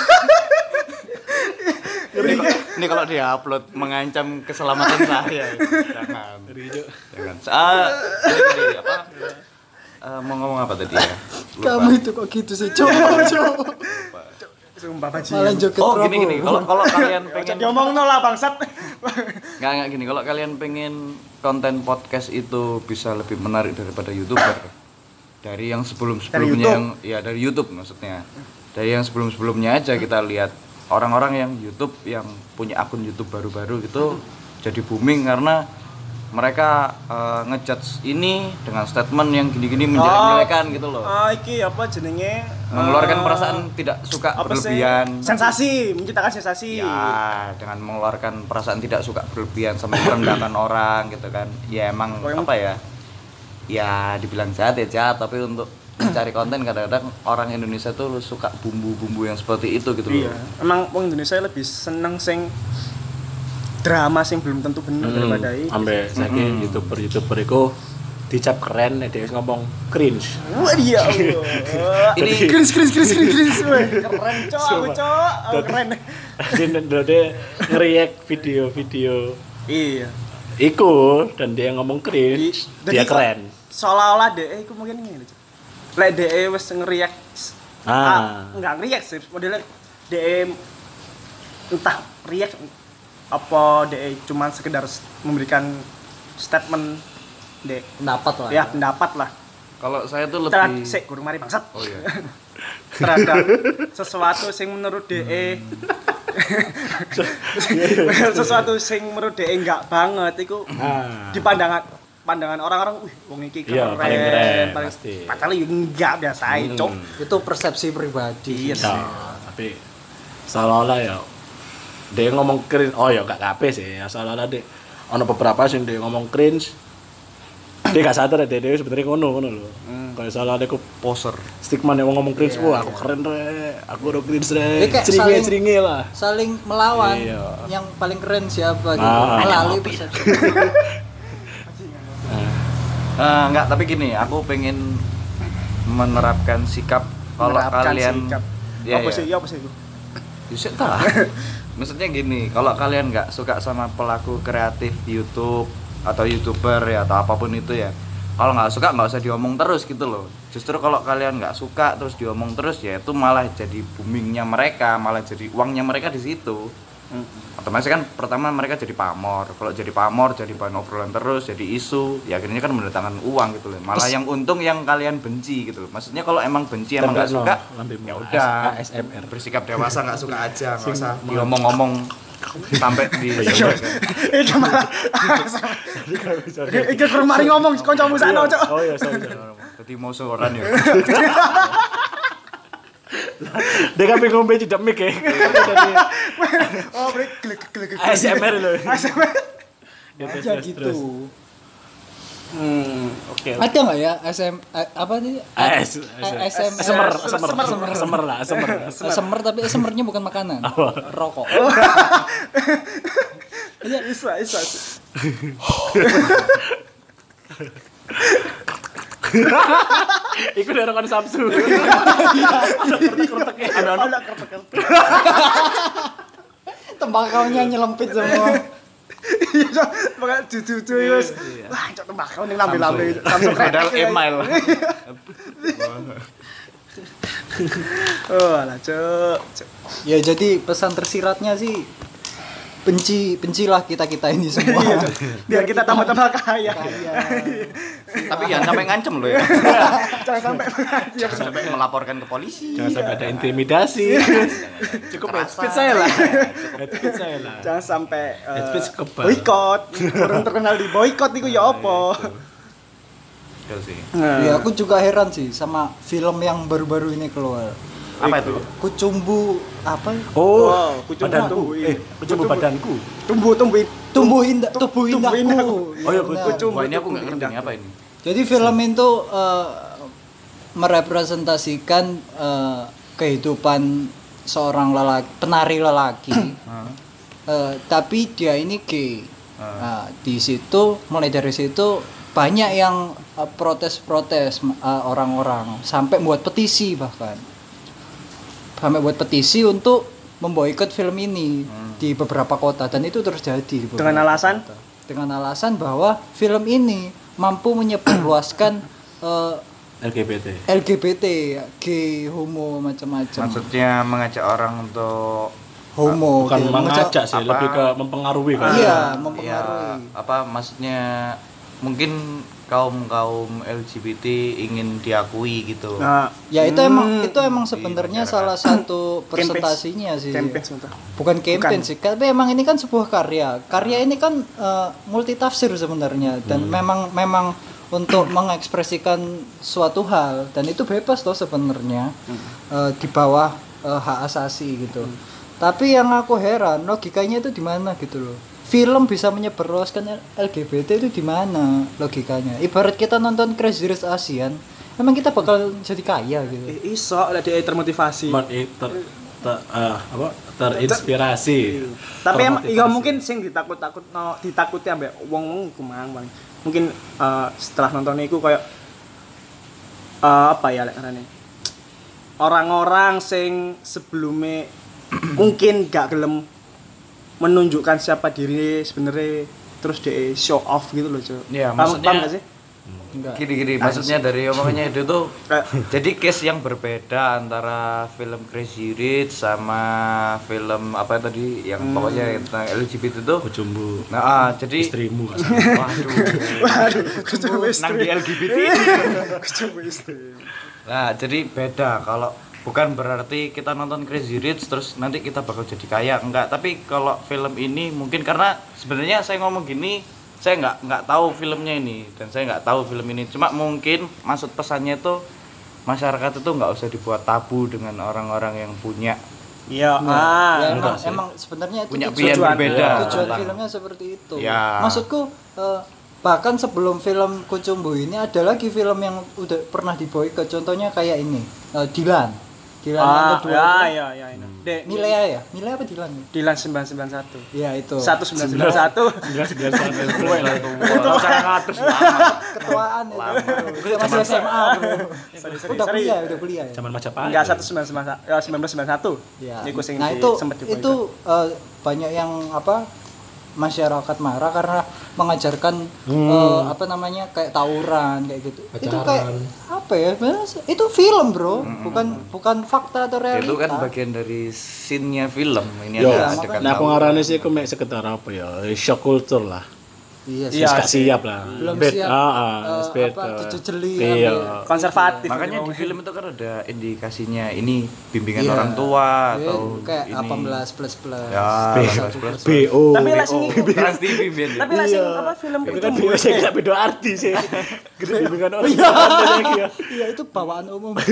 Ini, ini kalau dia-upload mengancam keselamatan saya. Jangan. Jangan. Ah, ini apa? Eh, mau ngomong apa tadi ya? Lupa. kamu itu kok gitu sih, coba coba Sumpah baji. malah joget Oh, Prabowo. gini gini. Kalau kalau kalian pengen Diomongno lah bangsat. Nggak, nggak gini, kalau kalian pengen konten podcast itu bisa lebih menarik daripada YouTuber, dari yang sebelum-sebelumnya Dari yang ya dari YouTube maksudnya. Dari yang sebelum-sebelumnya aja kita lihat orang-orang yang YouTube yang punya akun YouTube baru-baru gitu jadi booming karena mereka uh, ngejudge ini dengan statement yang gini-gini menjelek-jelekan gitu loh. Ah, iki apa jenenge? Mengeluarkan uh, perasaan tidak suka apa berlebihan. Sih? Sensasi, menciptakan sensasi. Ya, dengan mengeluarkan perasaan tidak suka berlebihan sampai merendahkan orang gitu kan. Ya emang oh, apa ya? Ya dibilang jahat ya jahat, tapi untuk mencari konten kadang-kadang orang Indonesia tuh suka bumbu-bumbu yang seperti itu gitu loh. Iya, emang orang Indonesia lebih seneng sing drama sing belum tentu bener Hmm, daripada iki. Ambe saking YouTuber-YouTuber iku dicap keren nek dia ngomong cringe. Wah dia Allah. Ini cringe cringe cringe cringe cringe. Weh, keren cok, aku cok. Aku keren. Dia dia nge-react video-video Iya. iku dan dia ngomong cringe, Jadi dia kok keren. Seolah-olah deh iku mungkin ngene cok. Lek deh wis ngeriak Ah. enggak ngeriak sih, modelnya deh entah riak apa deh cuman sekedar memberikan statement deh pendapat lah ya pendapat lah Kalau saya tuh terhadap lebih sik kurang mari bangsat Oh iya. terhadap sesuatu sing menurut DE sesuatu sing menurut DE enggak banget iku Ah. di pandangan pandangan orang-orang wih wong iki Iya, keren paling keren, pasti. padahal ya enggak biasa ae cok itu persepsi pribadi iya Ya, sih tapi seolah-olah ya dia ngomong cringe, oh ya gak kabeh sih ya seolah-olah dia ono beberapa sing dia ngomong cringe dia gak sadar dia dia sebenarnya ngono ngono loh kayak salah dia ku Poser. stigma nih ngomong cringe, wah aku keren re, aku udah cringe re, Dia kayak ceringe saling- ceringe lah. saling melawan Iya. yang paling keren siapa gitu Ah. melalui persepsi Eh, enggak, tapi gini, aku pengen menerapkan sikap kalau Menerapkan kalian sikap. ya, apa ya. sih ya apa sih itu Bisa tak? Maksudnya gini, kalau kalian nggak suka sama pelaku kreatif YouTube atau YouTuber ya atau apapun itu ya, kalau nggak suka nggak usah diomong terus gitu loh. Justru kalau kalian nggak suka terus diomong terus ya itu malah jadi boomingnya mereka, malah jadi uangnya mereka di situ. Otomatis kan pertama mereka jadi pamor. Kalau jadi pamor, jadi bahan obrolan terus, jadi isu, ya akhirnya kan mendatangkan uang gitu loh. Malah yang untung yang kalian benci gitu loh. Maksudnya kalau emang benci emang nggak suka, ya udah A S M R. bersikap dewasa nggak suka aja, nggak usah diomong-omong sampai di itu malah iki kurang mari ngomong kancamu sakno cok Oh iya, sorry, sorry. jadi mau soran ya. Dia kan pengen ngombe tidak mic ya. oh break gelek gelek A S M R loh. A S M R aja gitu hmm oke ada nggak ya S M eh, apa sih A S S M R Semer, semer, semer, semer lah, semer. semer tapi semernya bukan makanan rokok bisa bisa Iku dari rekan Samsu. Ada kertek-kerteknya. Ada ada kertek-kertek tembakaunya nyelempit semua iya cok bakal juju-juju wis wah cok tembakau ning lambe-lambe Samsung Padahal email. oh alah cok Cok. ya jadi pesan tersiratnya sih benci bencilah kita kita ini semua Iya, Cok. biar kita tambah-tambah kaya Tapi jangan sampai ngancem loh ya. jangan sampai ya Jangan sampai melaporkan ke polisi. Jangan sampai ada intimidasi. Cukup head speed saya lah. Head speed saya lah. jangan sampai eh, Head speed kebal. boykot orang terkenal di boykot iku ya apa Itu sih. ya aku juga heran sih sama film yang baru-baru ini keluar Apa itu? Kucumbu apa Oh, Wow, kucumbu badanku. tumbuh, iya. Eh, kucumbu badanku. tumbuh tumbuh tumbuh indah tubuh Tumbuh indahku indahku. Oh iya, Benar. kucumbu Wah, ini aku nggak ngerti ini apa ini. Jadi film itu eh, merepresentasikan eh, kehidupan seorang lelaki, penari lelaki, Eh, tapi dia ini gay. Nah, di situ mulai dari situ banyak yang eh, protes-protes eh, orang-orang sampai buat petisi bahkan, sampai buat petisi untuk memboikot film ini di beberapa kota dan itu terjadi. di beberapa Dengan alasan? kota. Dengan alasan bahwa film ini mampu menyebarluaskan eh, L G B T. L G B T, gay, homo, macam-macam. Maksudnya mengajak orang untuk Homo, Bukan gay, mengajak sih, apa? lebih ke mempengaruhi kan. Iya, ya mempengaruhi. apa maksudnya mungkin kaum-kaum L G B T ingin diakui gitu. Nah, Ya itu hmm, emang itu emang sebenarnya Di salah satu presentasinya sih. campaign sebentar. Bukan campaign Bukan. sih, tapi emang ini kan sebuah karya. Karya ini kan uh, multitafsir sebenarnya dan memang memang untuk mengekspresikan suatu hal dan itu bebas loh sebenarnya uh, di bawah uh, hak asasi gitu. Tapi yang aku heran logikanya itu di mana gitu loh. Film bisa menyebarluaskan L G B T itu di mana logikanya? Ibarat kita nonton Crazy Rich Asian, emang kita bakal jadi kaya gitu. Eh, iso lah dia termotivasi. Men- ter, ter, ah, apa terinspirasi. Tapi emang Termotivasi. ya mungkin sing ditakut-takut no, ditakuti ambek wong-wong iku mang Bang. Mungkin eh, setelah nonton iku kayak eh, apa ya lek ngarane? Orang-orang sing sebelumnya mungkin gak gelem menunjukkan siapa diri sebenarnya terus dia show off gitu loh, Cuk. Iya, Paham- maksudnya- paham gak sih? Enggak. Gini-gini, maksudnya dari omongannya itu tuh Kayak jadi case yang berbeda antara film Crazy Rich sama film apa tadi yang pokoknya tentang L G B T itu. Kucumbu Nah, ah, jadi istrimu kan. waduh. waduh, kucumbu Nang di istri. L G B T. Kucumbu istri. Nah, jadi beda kalau bukan berarti kita nonton Crazy Rich terus nanti kita bakal jadi kaya, enggak. Tapi kalau film ini mungkin karena sebenarnya saya ngomong gini, saya nggak nggak tahu filmnya ini dan saya nggak tahu film ini. Cuma mungkin maksud pesannya itu masyarakat itu nggak usah dibuat tabu dengan orang-orang yang punya Iya, Nah, ah. ya emang, enggak sih. emang sebenarnya itu punya tujuan- pilihan tujuan- berbeda. tujuan tentang- filmnya seperti itu. Ya. Maksudku eh, bahkan sebelum film Kucumbu ini ada lagi film yang udah pernah diboikot. Contohnya kayak ini, eh, Dilan. Dilan yang Ah, kedua. ya, itu. ya, ya, ini. Dek, Milea ya? Milea apa Dilan? Dilan sembilan sembilan satu. Ya itu. satu sembilan sembilan satu. Jelas jelas Wah, cara ngatus lama. Ketuaan itu. Lama. Udah masih S M A, Bro. Sorry, sorry, Udah sorry. kuliah, udah kuliah ya. Zaman Majapahit. Enggak satu sembilan sembilan satu. Ya sembilan belas sembilan satu. Ya. Iku sing Nah di- itu sempet diboikot. itu eh, banyak yang apa masyarakat marah karena mengajarkan eh, apa namanya kayak tawuran kayak gitu. Itu kayak apa ya? Sebenarnya itu film, Bro. Bukan bukan fakta atau realita. Itu kan bagian dari scene-nya film. Ini Yo, ada makanya. adegan nah aku tawuran. ngarani sih aku mek sekitar apa ya? Shock culture lah. Iya sih. Iya, Gak siap lah. Belum Bet- siap, ah, ah, eh, bet- apa, ah. dijejeli, Iya. ambil- konservatif. Makanya di ngomongnya. film itu kan ada indikasinya ini bimbingan Iya. orang tua Iya, atau kayak ini. delapan belas plus plus. Ya, delapan belas plus. B O. Tapi lah sing Oh, Trans T V biar ya. tapi lah sing apa film Itu kan Kucumbu. biasa gak beda arti sih. Gede bimbingan orang lagi ya. Iya itu bawaan umum. B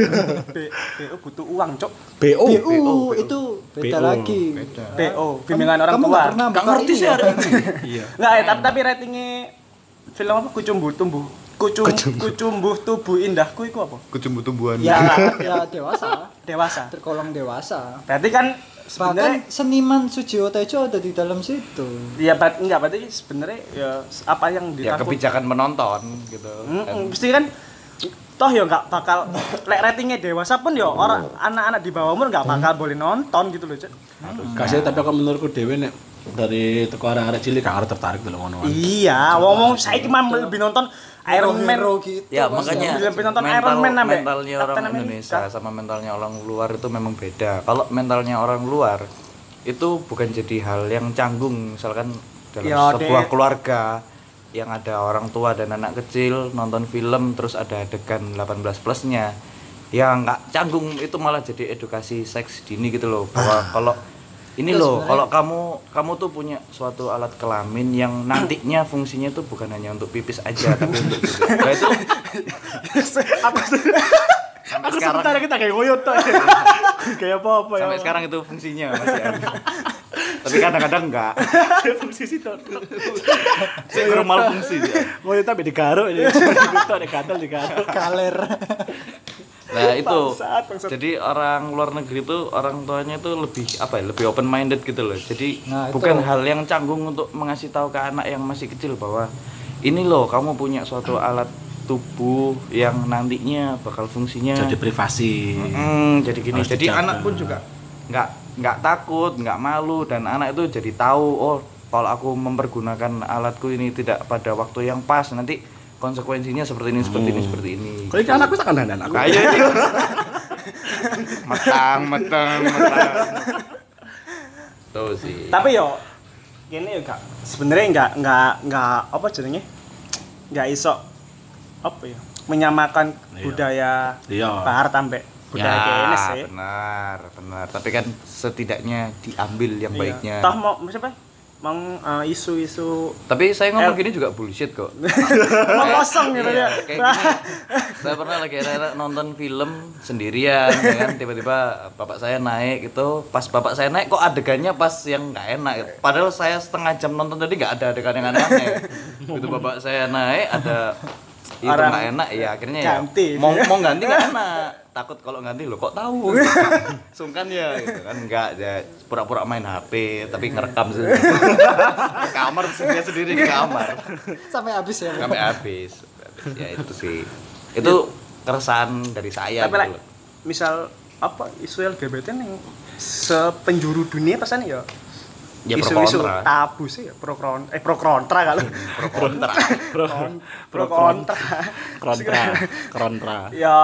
B O butuh uang, Cok. B O. B U itu beda B O. lagi. B O bimbingan orang Kamu tua. nggak pernah Gak buka ngerti ini sih ya? hari ini. Iya. Enggak, eh, tapi tapi ratingnya film apa Kucumbu tumbuh. Kucum Kucumbuh tubuh indahku itu apa? Kecumbu-tumbuhan. Ya, ya dewasa, Dewasa. tergolong dewasa. Berarti kan sebenarnya Bahkan seniman Sujiwo Tejo ada di dalam situ. ya berarti enggak berarti sebenarnya ya apa yang Ya ditakut. kebijakan menonton gitu. Mm-mm, mesti kan toh ya nggak bakal lek ratingnya dewasa pun ya orang anak-anak di bawah umur nggak bakal boleh nonton gitu loh, Cuk. Kasih tapi aku menurutku dewe nek dari teko arek-arek cilik gak arep tertarik delok ngono. Iya, wong-wong saiki mah lebih nonton Iron Man. Hero gitu. Ya Mas. makanya Lebih nonton mental, Iron Man sampai mentalnya orang Captain America. Indonesia sama mentalnya orang luar itu memang beda. Kalau mentalnya orang luar itu bukan jadi hal yang canggung misalkan dalam Ya, sebuah Dek. keluarga yang ada orang tua dan anak kecil nonton film terus ada adegan delapan belas plusnya ya nggak canggung, itu malah jadi edukasi seks dini gitu loh bahwa kalau ini Itu loh sebenarnya- kalau kamu kamu tuh punya suatu alat kelamin yang nantinya fungsinya tuh bukan hanya untuk pipis aja tapi untuk gitu. Nah, itu Aku sampai Aku sekarang sebentar kita kayak ngoyot tuh. Kayak apa-apa ya. sampai sekarang itu fungsinya masih ada. Tapi kadang-kadang enggak. fungsi situ. Saya kurang fungsi dia. Ngoyot tapi digaruk ini. Itu ada gatal digaruk. Kaler. Nah itu Bangsat, bangsat. jadi orang luar negeri itu orang tuanya itu lebih apa ya lebih open minded gitu loh, jadi Nah, itu. bukan hal yang canggung untuk mengasih tahu ke anak yang masih kecil bahwa ini loh kamu punya suatu alat tubuh yang nantinya bakal fungsinya Jadi privasi. Mm, jadi gini Harus jadi dijaga. anak pun juga nggak nggak takut nggak malu dan anak itu jadi tahu oh kalau aku mempergunakan alatku ini tidak pada waktu yang pas nanti konsekuensinya seperti ini seperti ini seperti ini. Kau ini anakku tak kandan aku. Kayak ini. Metang, metang, metang. Tuh sih. tapi yo gini yo Kak. Sebenarnya enggak enggak enggak apa jenenge? Enggak iso apa ya? Menyamakan Iya. budaya Iya. barat sampai budaya kene sih. Ya, benar, benar. Tapi kan setidaknya diambil yang Iya. baiknya. Toh mau siapa? Mau uh, isu-isu Tapi saya ngomong El- gini juga bullshit kok. mau kosong gitu Iya, ya. kayak gini. Saya pernah lagi rela nonton film sendirian, ya kan tiba-tiba bapak saya naik gitu. Pas bapak saya naik kok adegannya pas yang nggak enak. Padahal saya setengah jam nonton tadi nggak ada adegan yang aneh-aneh. Begitu bapak saya naik ada itu Orang nggak enak ya akhirnya ganti. ya mau mau ganti nggak enak. Takut kalau ganti lo kok tahu. Sungkan ya gitu kan enggak ya pura-pura main H P tapi ngerekam sih. Di kamar sendiri sendiri di kamar. Sampai habis ya. Sampai habis. Ya itu sih. Itu keresahan dari saya Tapi gitu like, loh. misal apa isu L G B T yang sepenjuru dunia pesan ya Ya pro isu-isu kontra. tabu sih ya pro kontra eh pro kontra kalau Pro kontra. Pro pro kontra kontra, kontra. ya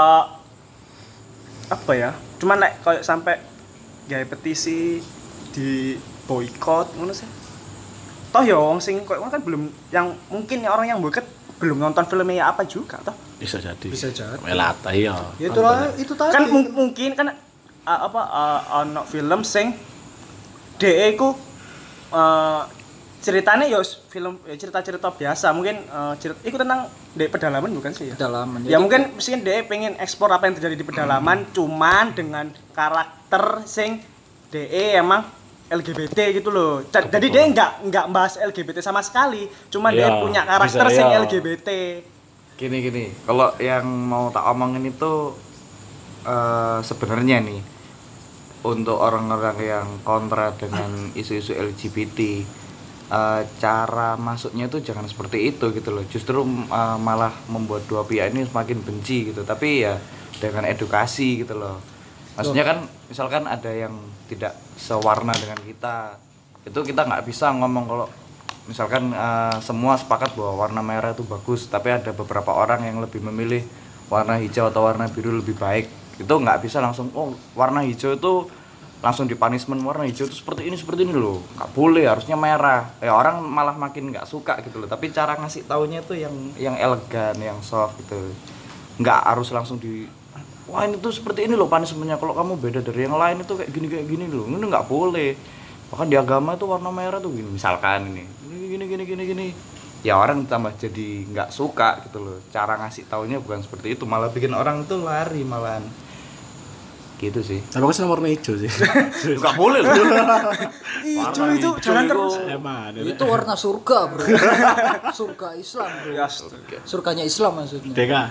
apa ya cuman like, kayak sampai gawe petisi di boykot ngono sih toh ya wong sing koyo kan belum yang mungkin ya orang yang boykot belum nonton filmnya ya apa juga toh Bisa jadi. Bisa jadi. Melata iya. Ya itulah itu tadi. kan mung- mungkin kan uh, apa uh, ono film sing D E ku uh, ceritanya ya film ya cerita-cerita biasa mungkin uh, cerita itu tentang D E pedalaman bukan sih ya? Pedalaman. Ya mungkin mungkin D E pengen ekspor apa yang terjadi di pedalaman cuman dengan karakter sing D E emang L G B T gitu loh. Ja- Jadi dia nggak nggak bahas L G B T sama sekali, cuman dia Iya, punya karakter bisa, sing iya. L G B T. Gini gini, kalau yang mau tak omongin itu eh, sebenarnya nih untuk orang-orang yang kontra dengan isu-isu L G B T eh, cara masuknya itu jangan seperti itu gitu loh. Justru eh, malah membuat dua pihak ini semakin benci gitu. Tapi ya dengan edukasi gitu loh. Maksudnya kan misalkan ada yang tidak sewarna dengan kita, itu kita nggak bisa ngomong kalau misalkan uh, semua sepakat bahwa warna merah itu bagus, tapi ada beberapa orang yang lebih memilih warna hijau atau warna biru lebih baik. Itu nggak bisa langsung oh warna hijau itu langsung di punishment warna hijau itu seperti ini seperti ini loh, nggak boleh, harusnya merah. Ya orang malah makin nggak suka gitu loh. Tapi cara ngasih taunya itu yang yang elegan, yang soft gitu. Nggak harus langsung di wah ini tuh seperti ini loh punishmentnya, kalau kamu beda dari yang lain itu kayak gini kayak gini loh, ini nggak boleh. Bahkan di agama itu warna merah tuh gini, misalkan ini gini gini gini gini ya orang tambah jadi nggak suka gitu loh. Cara ngasih taunya bukan seperti itu, malah bikin orang tuh lari malahan gitu sih. Tapi aku seneng warna hijau sih. Nggak boleh loh. Hijau itu jangan terus. Emang. Itu warna surga, Bro. Surga Islam, Bro. Ya, astaga. Surganya Islam maksudnya. Deka.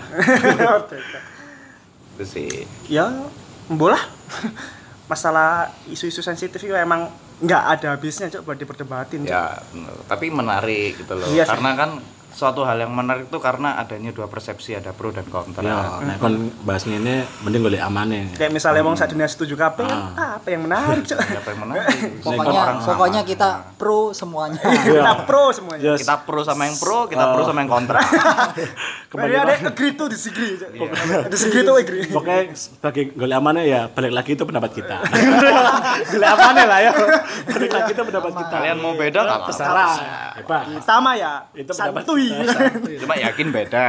Itu sih. Ya, bola. Masalah isu-isu sensitif itu emang nggak ada habisnya cok buat diperdebatin. Cok. Ya, bener. Tapi menarik gitu loh. Iya sih. Karena kan suatu hal yang menarik itu karena adanya dua persepsi, ada pro dan kontra. Ya, nah kon bahas ngene mending golek amane. Kayak misalnya wong sak dunia setuju kabeh kan Ah. apa yang menarik cok. Siapa yang menarik? Pokoknya Orang sama. pokoknya kita pro semuanya. Kita pro semuanya. Yes. Kita pro sama yang pro, kita pro sama yang kontra. Kembali ada agree to disagree. Cok. Disagree to agree. Pokoknya sebagai golek amane ya balik lagi itu pendapat kita. Golek amane lah ya. Balik lagi itu pendapat kita. Kalian mau beda nggak apa-apa. Terserah. Hebat. Kita mah ya Itu pendapat santuy. Cuma yakin beda.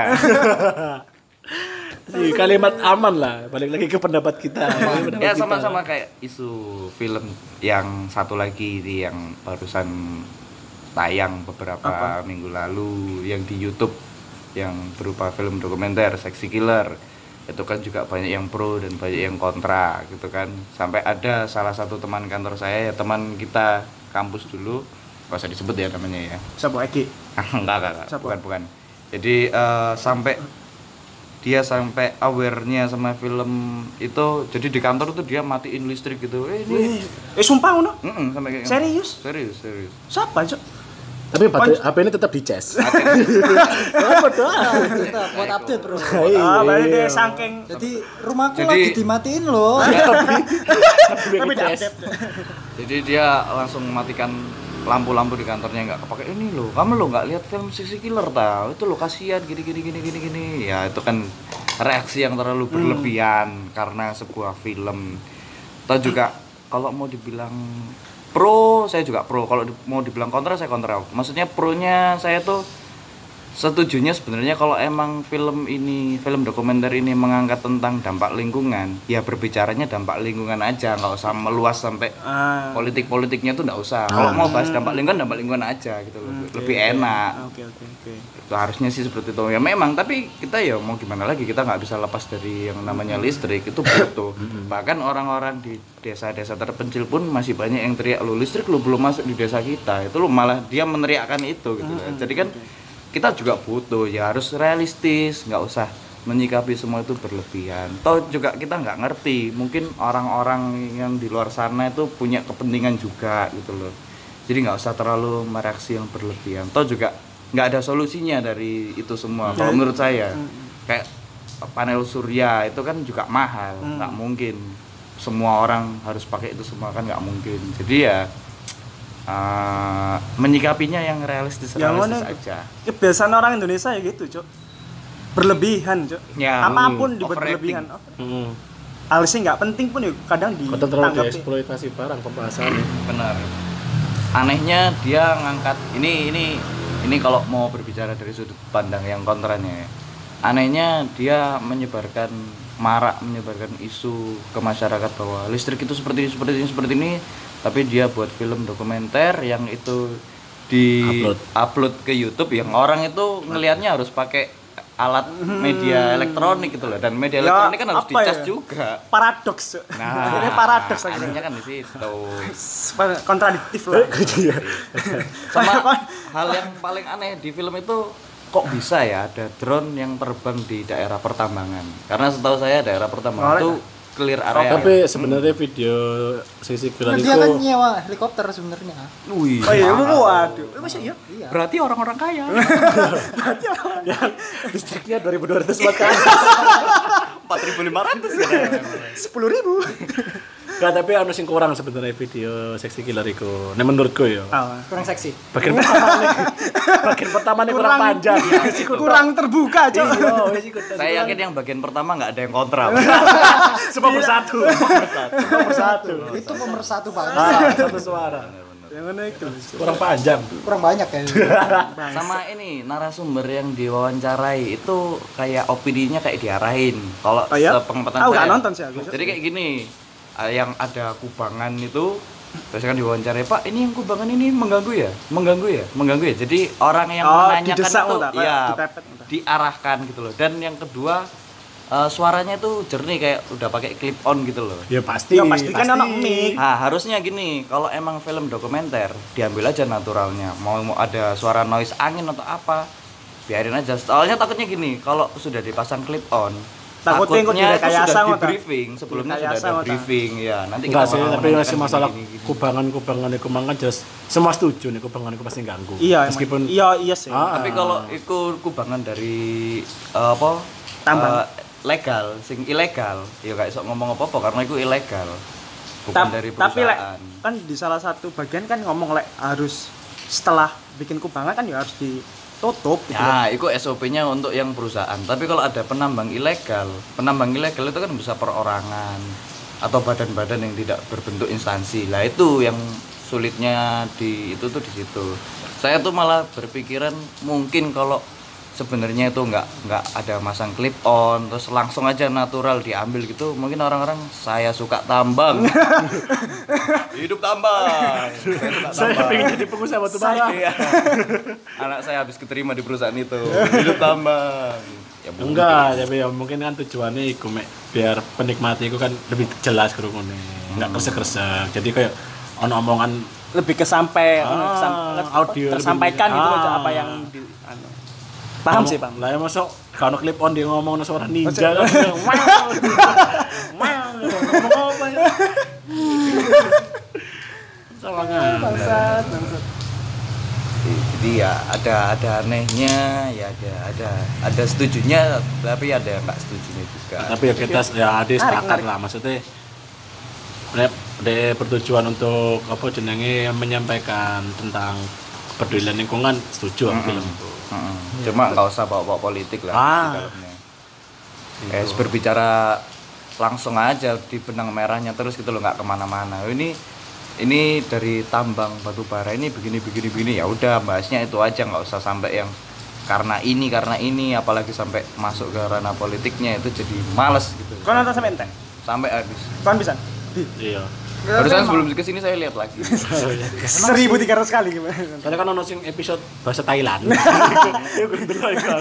Di kalimat aman lah, balik lagi ke pendapat kita. Pendapat Ya kita. sama-sama kayak isu film yang satu lagi di yang barusan tayang beberapa minggu lalu yang di YouTube yang berupa film dokumenter Sexy Killer. Itu kan juga banyak yang pro dan banyak yang kontra gitu kan. Sampai ada salah satu teman kantor saya, ya teman kita kampus dulu, nggak usah disebut ya namanya ya. Sapa Egi? enggak, enggak, enggak. Siapa? Bukan, bukan. Jadi eh, sampai dia sampai aware-nya sama film itu, jadi di kantor tuh dia matiin listrik gitu. Eh ini Eh sumpah ngono. Mm-mm, sampai kayak Serius? Serius, serius. Siapa cok? Tapi baterai H P ini tetap di cas. Apa doa? Kita buat update, Bro. Ah, berarti dia saking Jadi rumahku Jadi- lagi dimatiin loh. tapi di update. Jadi dia langsung mematikan lampu-lampu di kantornya, nggak kepake. Ini loh, kamu lo nggak lihat film Sexy Killer tau? Itu lo kasihan gini gini gini gini gini. Ya itu kan reaksi yang terlalu berlebihan karena sebuah film. Atau juga kalau mau dibilang pro, saya juga pro. Kalau di- mau dibilang kontra, saya kontra. Maksudnya pro-nya saya tuh setujunya sebenarnya kalau emang film ini, film dokumenter ini mengangkat tentang dampak lingkungan, ya berbicaranya dampak lingkungan aja, nggak usah meluas sampai Ah. politik-politiknya tuh nggak usah. Kalau mau bahas dampak lingkungan, dampak lingkungan aja gitu loh, Oke, lebih oke. enak. Oke oke oke. Itu harusnya sih seperti itu ya memang, tapi kita ya mau gimana lagi, kita nggak bisa lepas dari yang namanya listrik itu butuh. Bahkan orang-orang di desa-desa terpencil pun masih banyak yang teriak lo listrik lo belum masuk di desa kita, itu lo malah dia meneriakkan itu gitu loh. Jadi kan kita juga butuh ya harus realistis, nggak usah menyikapi semua itu berlebihan. Toh juga kita nggak ngerti, mungkin orang-orang yang di luar sana itu punya kepentingan juga gitu loh. Jadi nggak usah terlalu mereaksi yang berlebihan. Toh juga nggak ada solusinya dari itu semua. Kalau menurut saya, kayak panel surya itu kan juga mahal, nggak mungkin semua orang harus pakai itu semua, kan nggak mungkin. Jadi ya uh, menyikapinya yang realistis Yang realistis mana- aja. Kebiasaan orang Indonesia ya gitu, Cok. Berlebihan, Cok. Ya, Apapun hmm, dibuat overrating. berlebihan. Hmm. Hal sih nggak penting pun ya kadang Kota terlalu ditanggapi. dieksploitasi barang pembahasannya. Benar. Anehnya dia ngangkat ini ini ini kalau mau berbicara dari sudut pandang yang kontranya ya. Anehnya dia menyebarkan marak menyebarkan isu ke masyarakat bahwa listrik itu seperti ini seperti ini seperti ini, tapi dia buat film dokumenter yang itu di Upload. upload ke YouTube yang orang itu ngelihatnya harus pakai alat media elektronik gitu loh, dan media Ya, elektronik kan harus apa dicas ya? juga. Paradoks, Cok. Nah, Ini paradoks akhirnya. anehnya kan di situ. Kontradiktif lah. Sama hal yang paling aneh di film itu, kok bisa ya ada drone yang terbang di daerah pertambangan, karena setahu saya daerah pertambangan Oleh. itu clear area. Tapi sebenarnya video sisi Nah, Kilan dia kan itu nyewa helikopter sebenarnya. Wih, Oh iya, mahal. waduh. Eh, Masa iya? Iya. Berarti orang-orang kaya. listriknya dua ribu dua ratus watt kan. empat ribu lima ratus ya. sepuluh ribu. Enggak, tapi anu sing kurang sebenarnya video seksi killer iku. Nek menurutku ya. Ah. Kurang seksi. Bagian pertama nih. Bagian pertama nih kurang panjang. Kurang terbuka, Cok. Iya, wis ikut. Saya yakin yang bagian pertama nggak ada yang kontra. Semua bersatu. Semua bersatu. Itu pemersatu banget. Ah, satu suara. Yang mana itu? Kurang panjang. Kurang banyak ya. Sama ini narasumber yang diwawancarai itu kayak opininya kayak diarahin. Kalau Oh iya? sepenglihatan Aku saya. nggak nonton sih aku. Jadi kayak gini, eh, yang ada kubangan itu terus kan diwawancarai, Pak, ini yang kubangan ini mengganggu ya, mengganggu ya, mengganggu ya. Jadi orang yang Oh, menanyakan didesak itu, entah, kayak ya ditepet entah. diarahkan gitu loh. Dan yang kedua eh, suaranya itu jernih kayak udah pakai clip on gitu loh. Ya pasti. Ya, pasti kan anak mic. Nah, harusnya gini, kalau emang film dokumenter diambil aja naturalnya. Mau, mau ada suara noise angin atau apa, biarin aja. Soalnya takutnya gini, kalau sudah dipasang clip on, Takutnya kok takutnya itu direkayasa, sudah di ngotak. briefing, sebelumnya sudah Direkayasa, ada ngotak. briefing ya. Nanti Enggak kita sih, bakal tapi menanyakan masih masalah gini, gini, gini. kubangan-kubangan iku mangan jelas semua setuju nih kubangan iku pasti ganggu. Iya, meskipun emang. iya iya sih. Ah, Tapi kalau itu kubangan dari eh, apa? Tambang. eh, legal, sing ilegal, ya gak iso ngomong apa-apa karena itu ilegal. Bukan Tap- dari tapi lek perusahaan. kan di salah satu bagian kan ngomong lek harus setelah bikin kubangan kan ya harus ditutup gitu. Ya, itu S O P-nya untuk yang perusahaan. Tapi kalau ada penambang ilegal, penambang ilegal itu kan bisa perorangan atau badan-badan yang tidak berbentuk instansi. Lah itu yang sulitnya di itu tuh di situ. Saya tuh malah berpikiran mungkin kalau sebenarnya itu nggak nggak ada masang clip on terus langsung aja natural diambil gitu, mungkin orang-orang saya suka tambang. Hidup tambang. Saya suka saya tambang. pengen jadi pengusaha batu bara. Iya. Anak saya habis keterima di perusahaan itu. Hidup tambang. Ya, mungkin. Enggak, tapi ya mungkin kan tujuannya iku mek biar penikmati iku kan lebih jelas kerungune. Enggak kresek-kresek. Jadi kayak ono omongan Lebih ke sampai Ah, sam- audio tersampaikan lebih- gitu loh ah. apa yang di anu. Paham sih, Bang. Lah ya masuk kalau clip on dia ngomong suara ninja Maksud- kan. Ngomong apa ya? Sama Bangsat, bangsat. Jadi ya ada ada anehnya, ya ada ada ada setujunya, tapi ada yang nggak setujunya juga. Tapi ya kita ya ada sepakat lah maksudnya. Nek de bertujuan untuk apa jenenge menyampaikan tentang kepedulian lingkungan setuju sama film itu. Mm-mm. Cuma nggak usah bawa-bawa politik lah Ah. di dalamnya. Kayak berbicara langsung aja di benang merahnya terus gitu loh, nggak kemana-mana. Ini ini dari tambang batu bara ini begini begini begini, ya udah bahasnya itu aja, nggak usah sampai yang karena ini karena ini apalagi sampai masuk ke ranah politiknya itu jadi males gitu. Kau nonton sampai entek? Sampai habis. Kau bisa? Iya. Barusan sebelum kesini saya lihat lagi. seribu tiga ratus kali gimana? Soalnya kan ono sing episode bahasa Thailand. Yo kudu delok iku.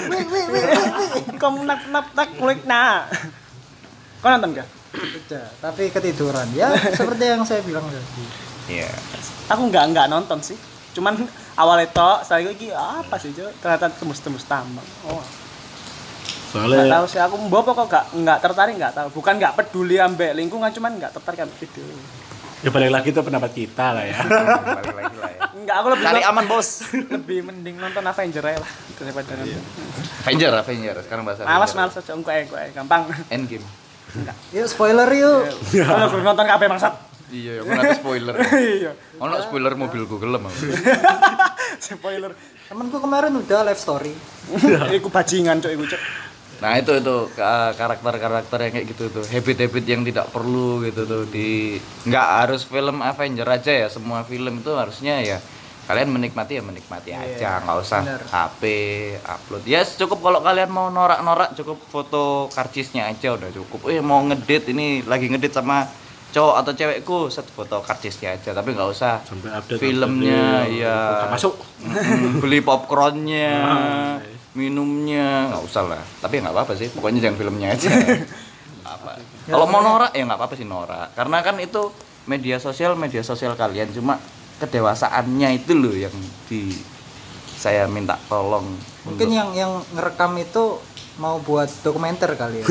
Kau nak nak nak kulik na. Kau nonton gak? Tidak, tapi ketiduran. Ya, seperti yang saya bilang tadi. Iya. Aku nggak nggak nonton sih. Cuman awal itu saya iki apa sih Jo? Ternyata tembus-tembus tambang. Oh. Soalnya nggak tahu sih aku mbok kok nggak nggak tertarik nggak tahu. Bukan nggak peduli ambek lingkungan cuman nggak tertarik ambek video. Ya balik lagi itu pendapat kita lah ya. Balik lagi lah ya. Enggak, aku lebih Cari aman, Bos. lebih mending nonton Avenger aja lah daripada nonton. Avenger, Avenger. Sekarang bahasa Malas, Avenger. malas aja engko ae, engko ae gampang. Endgame. Enggak. Yuk spoiler yuk. Kalau aku nonton kabeh maksud. Iya, aku nanti spoiler. Iya. Ono spoiler mobilku gelem aku. Spoiler. Temanku kemarin udah live story. Iku bajingan cok iku cok. Nah itu itu ka- karakter-karakter yang kayak gitu tuh, habit-habit yang tidak perlu gitu tuh di nggak harus film Avenger aja ya, semua film itu harusnya ya kalian menikmati ya menikmati aja, nggak usah bener. H P upload. Ya yes, cukup kalau kalian mau norak-norak cukup foto karcisnya aja udah cukup. Eh mau ngedit ini lagi ngedit sama cowok atau cewekku set foto karcisnya aja tapi nggak usah Sampai update filmnya update, ya nggak masuk. Mm, beli popcornnya minumnya nggak usah lah tapi nggak apa-apa sih pokoknya jangan filmnya aja apa kalau mau norak ya nggak apa-apa sih norak karena kan itu media sosial media sosial kalian cuma kedewasaannya itu loh yang di saya minta tolong Mungkin untuk- yang yang ngerekam itu mau buat dokumenter kali ya.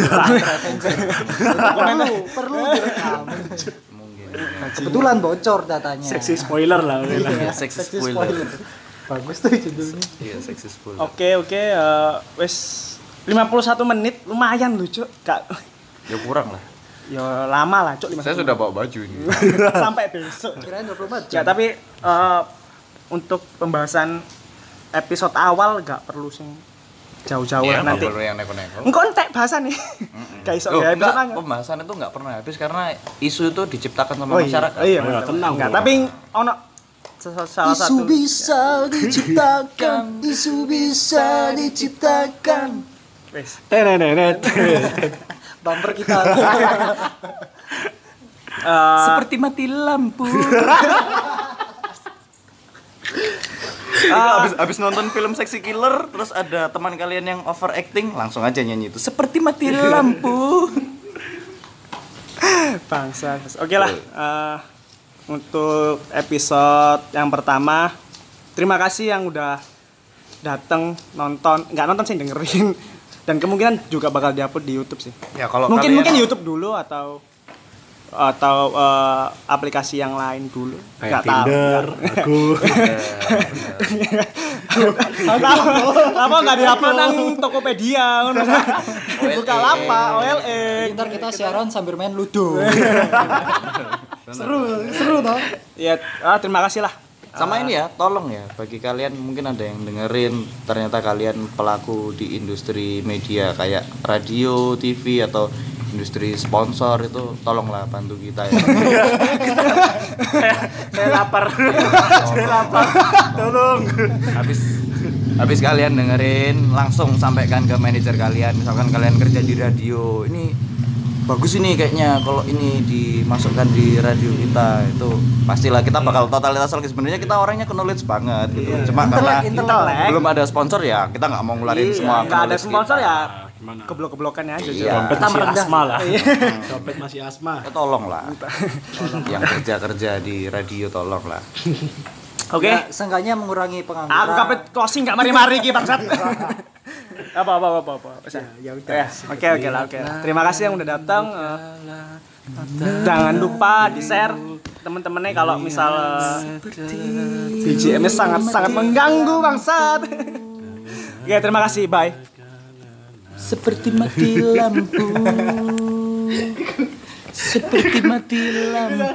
perlu, perlu direkam. mungkin Kebetulan bocor datanya. Seksi spoiler lah. Iya, Seksi seksi spoiler. Bagus tuh judulnya. iya seksi spoiler Oke, oke eh, wes lima puluh satu menit lumayan loh cok. Gak ya kurang lah ya lama lah cok lima puluh saya sudah bawa baju ini sampai besok. Kirain dua puluh empat Ya jam. tapi eh, untuk pembahasan episode awal gak perlu sing jauh-jauh Iya, lah nanti. nggak perlu yang neko-neko Engko entek bahasa nih. Gak iso Loh, ya enggak, episode nanya. pembahasan itu nggak pernah habis karena isu itu diciptakan sama Oh iya, masyarakat oh iya, Oh, bener. tenang, Enggak, bro. tapi ono sa- salah Isu satu bisa diciptakan, isu bisa diciptakan. wes. Tenenenet. Bumper kita. Eh, seperti mati lampu Ah. habis habis nonton film Sexy Killer terus ada teman kalian yang overacting langsung aja nyanyi itu seperti mati lampu bangsa. Oke lah. eh, untuk episode yang pertama terima kasih yang udah datang nonton, nggak nonton sih dengerin dan kemungkinan juga bakal diupload di YouTube sih. ya kalau Mungkin kalian- mungkin YouTube dulu atau atau eh, aplikasi yang lain dulu. Kayak Nggak tahu. Tinder, aku. Apa nggak diupload nang Tokopedia ngono. Buka lapa, O L E. Ntar kita siaran sambil main ludo. seru, seru toh. Ya, ah, terima kasih lah. sama ini ya tolong ya bagi kalian mungkin ada yang dengerin ternyata kalian pelaku di industri media kayak radio, T V atau industri sponsor itu tolonglah bantu kita ya Saya lapar. Saya lapar. Tolong. habis habis kalian dengerin langsung sampaikan ke manajer kalian misalkan kalian kerja di radio ini bagus ini kayaknya kalau ini dimasukkan di radio kita itu pastilah kita bakal totalitas lagi sebenarnya kita orangnya knowledge banget gitu cuma karena Intelek. belum ada sponsor ya kita nggak mau ngularin semua Nggak ada knowledge sponsor kita. ya. Gimana? Keblok-keblokannya aja. Iya. Jo. Dompet Kita masih merendah. asma lah. Dompet masih asma. Ya, tolong lah yang kerja kerja di radio tolong lah Oke. Ya, seenggaknya mengurangi pengangguran. Aku kapet closing gak mari-mari iki bangsat. apa apa apa apa. Bisa. Ya udah. Oke oke lah oke. Terima kasih yang udah datang. Eh, jangan lupa di-share temen-temennya kalau misal eh, B G M-nya sangat sangat mengganggu bangsat. Oke, terima kasih. Bye. seperti mati lampu seperti mati lampu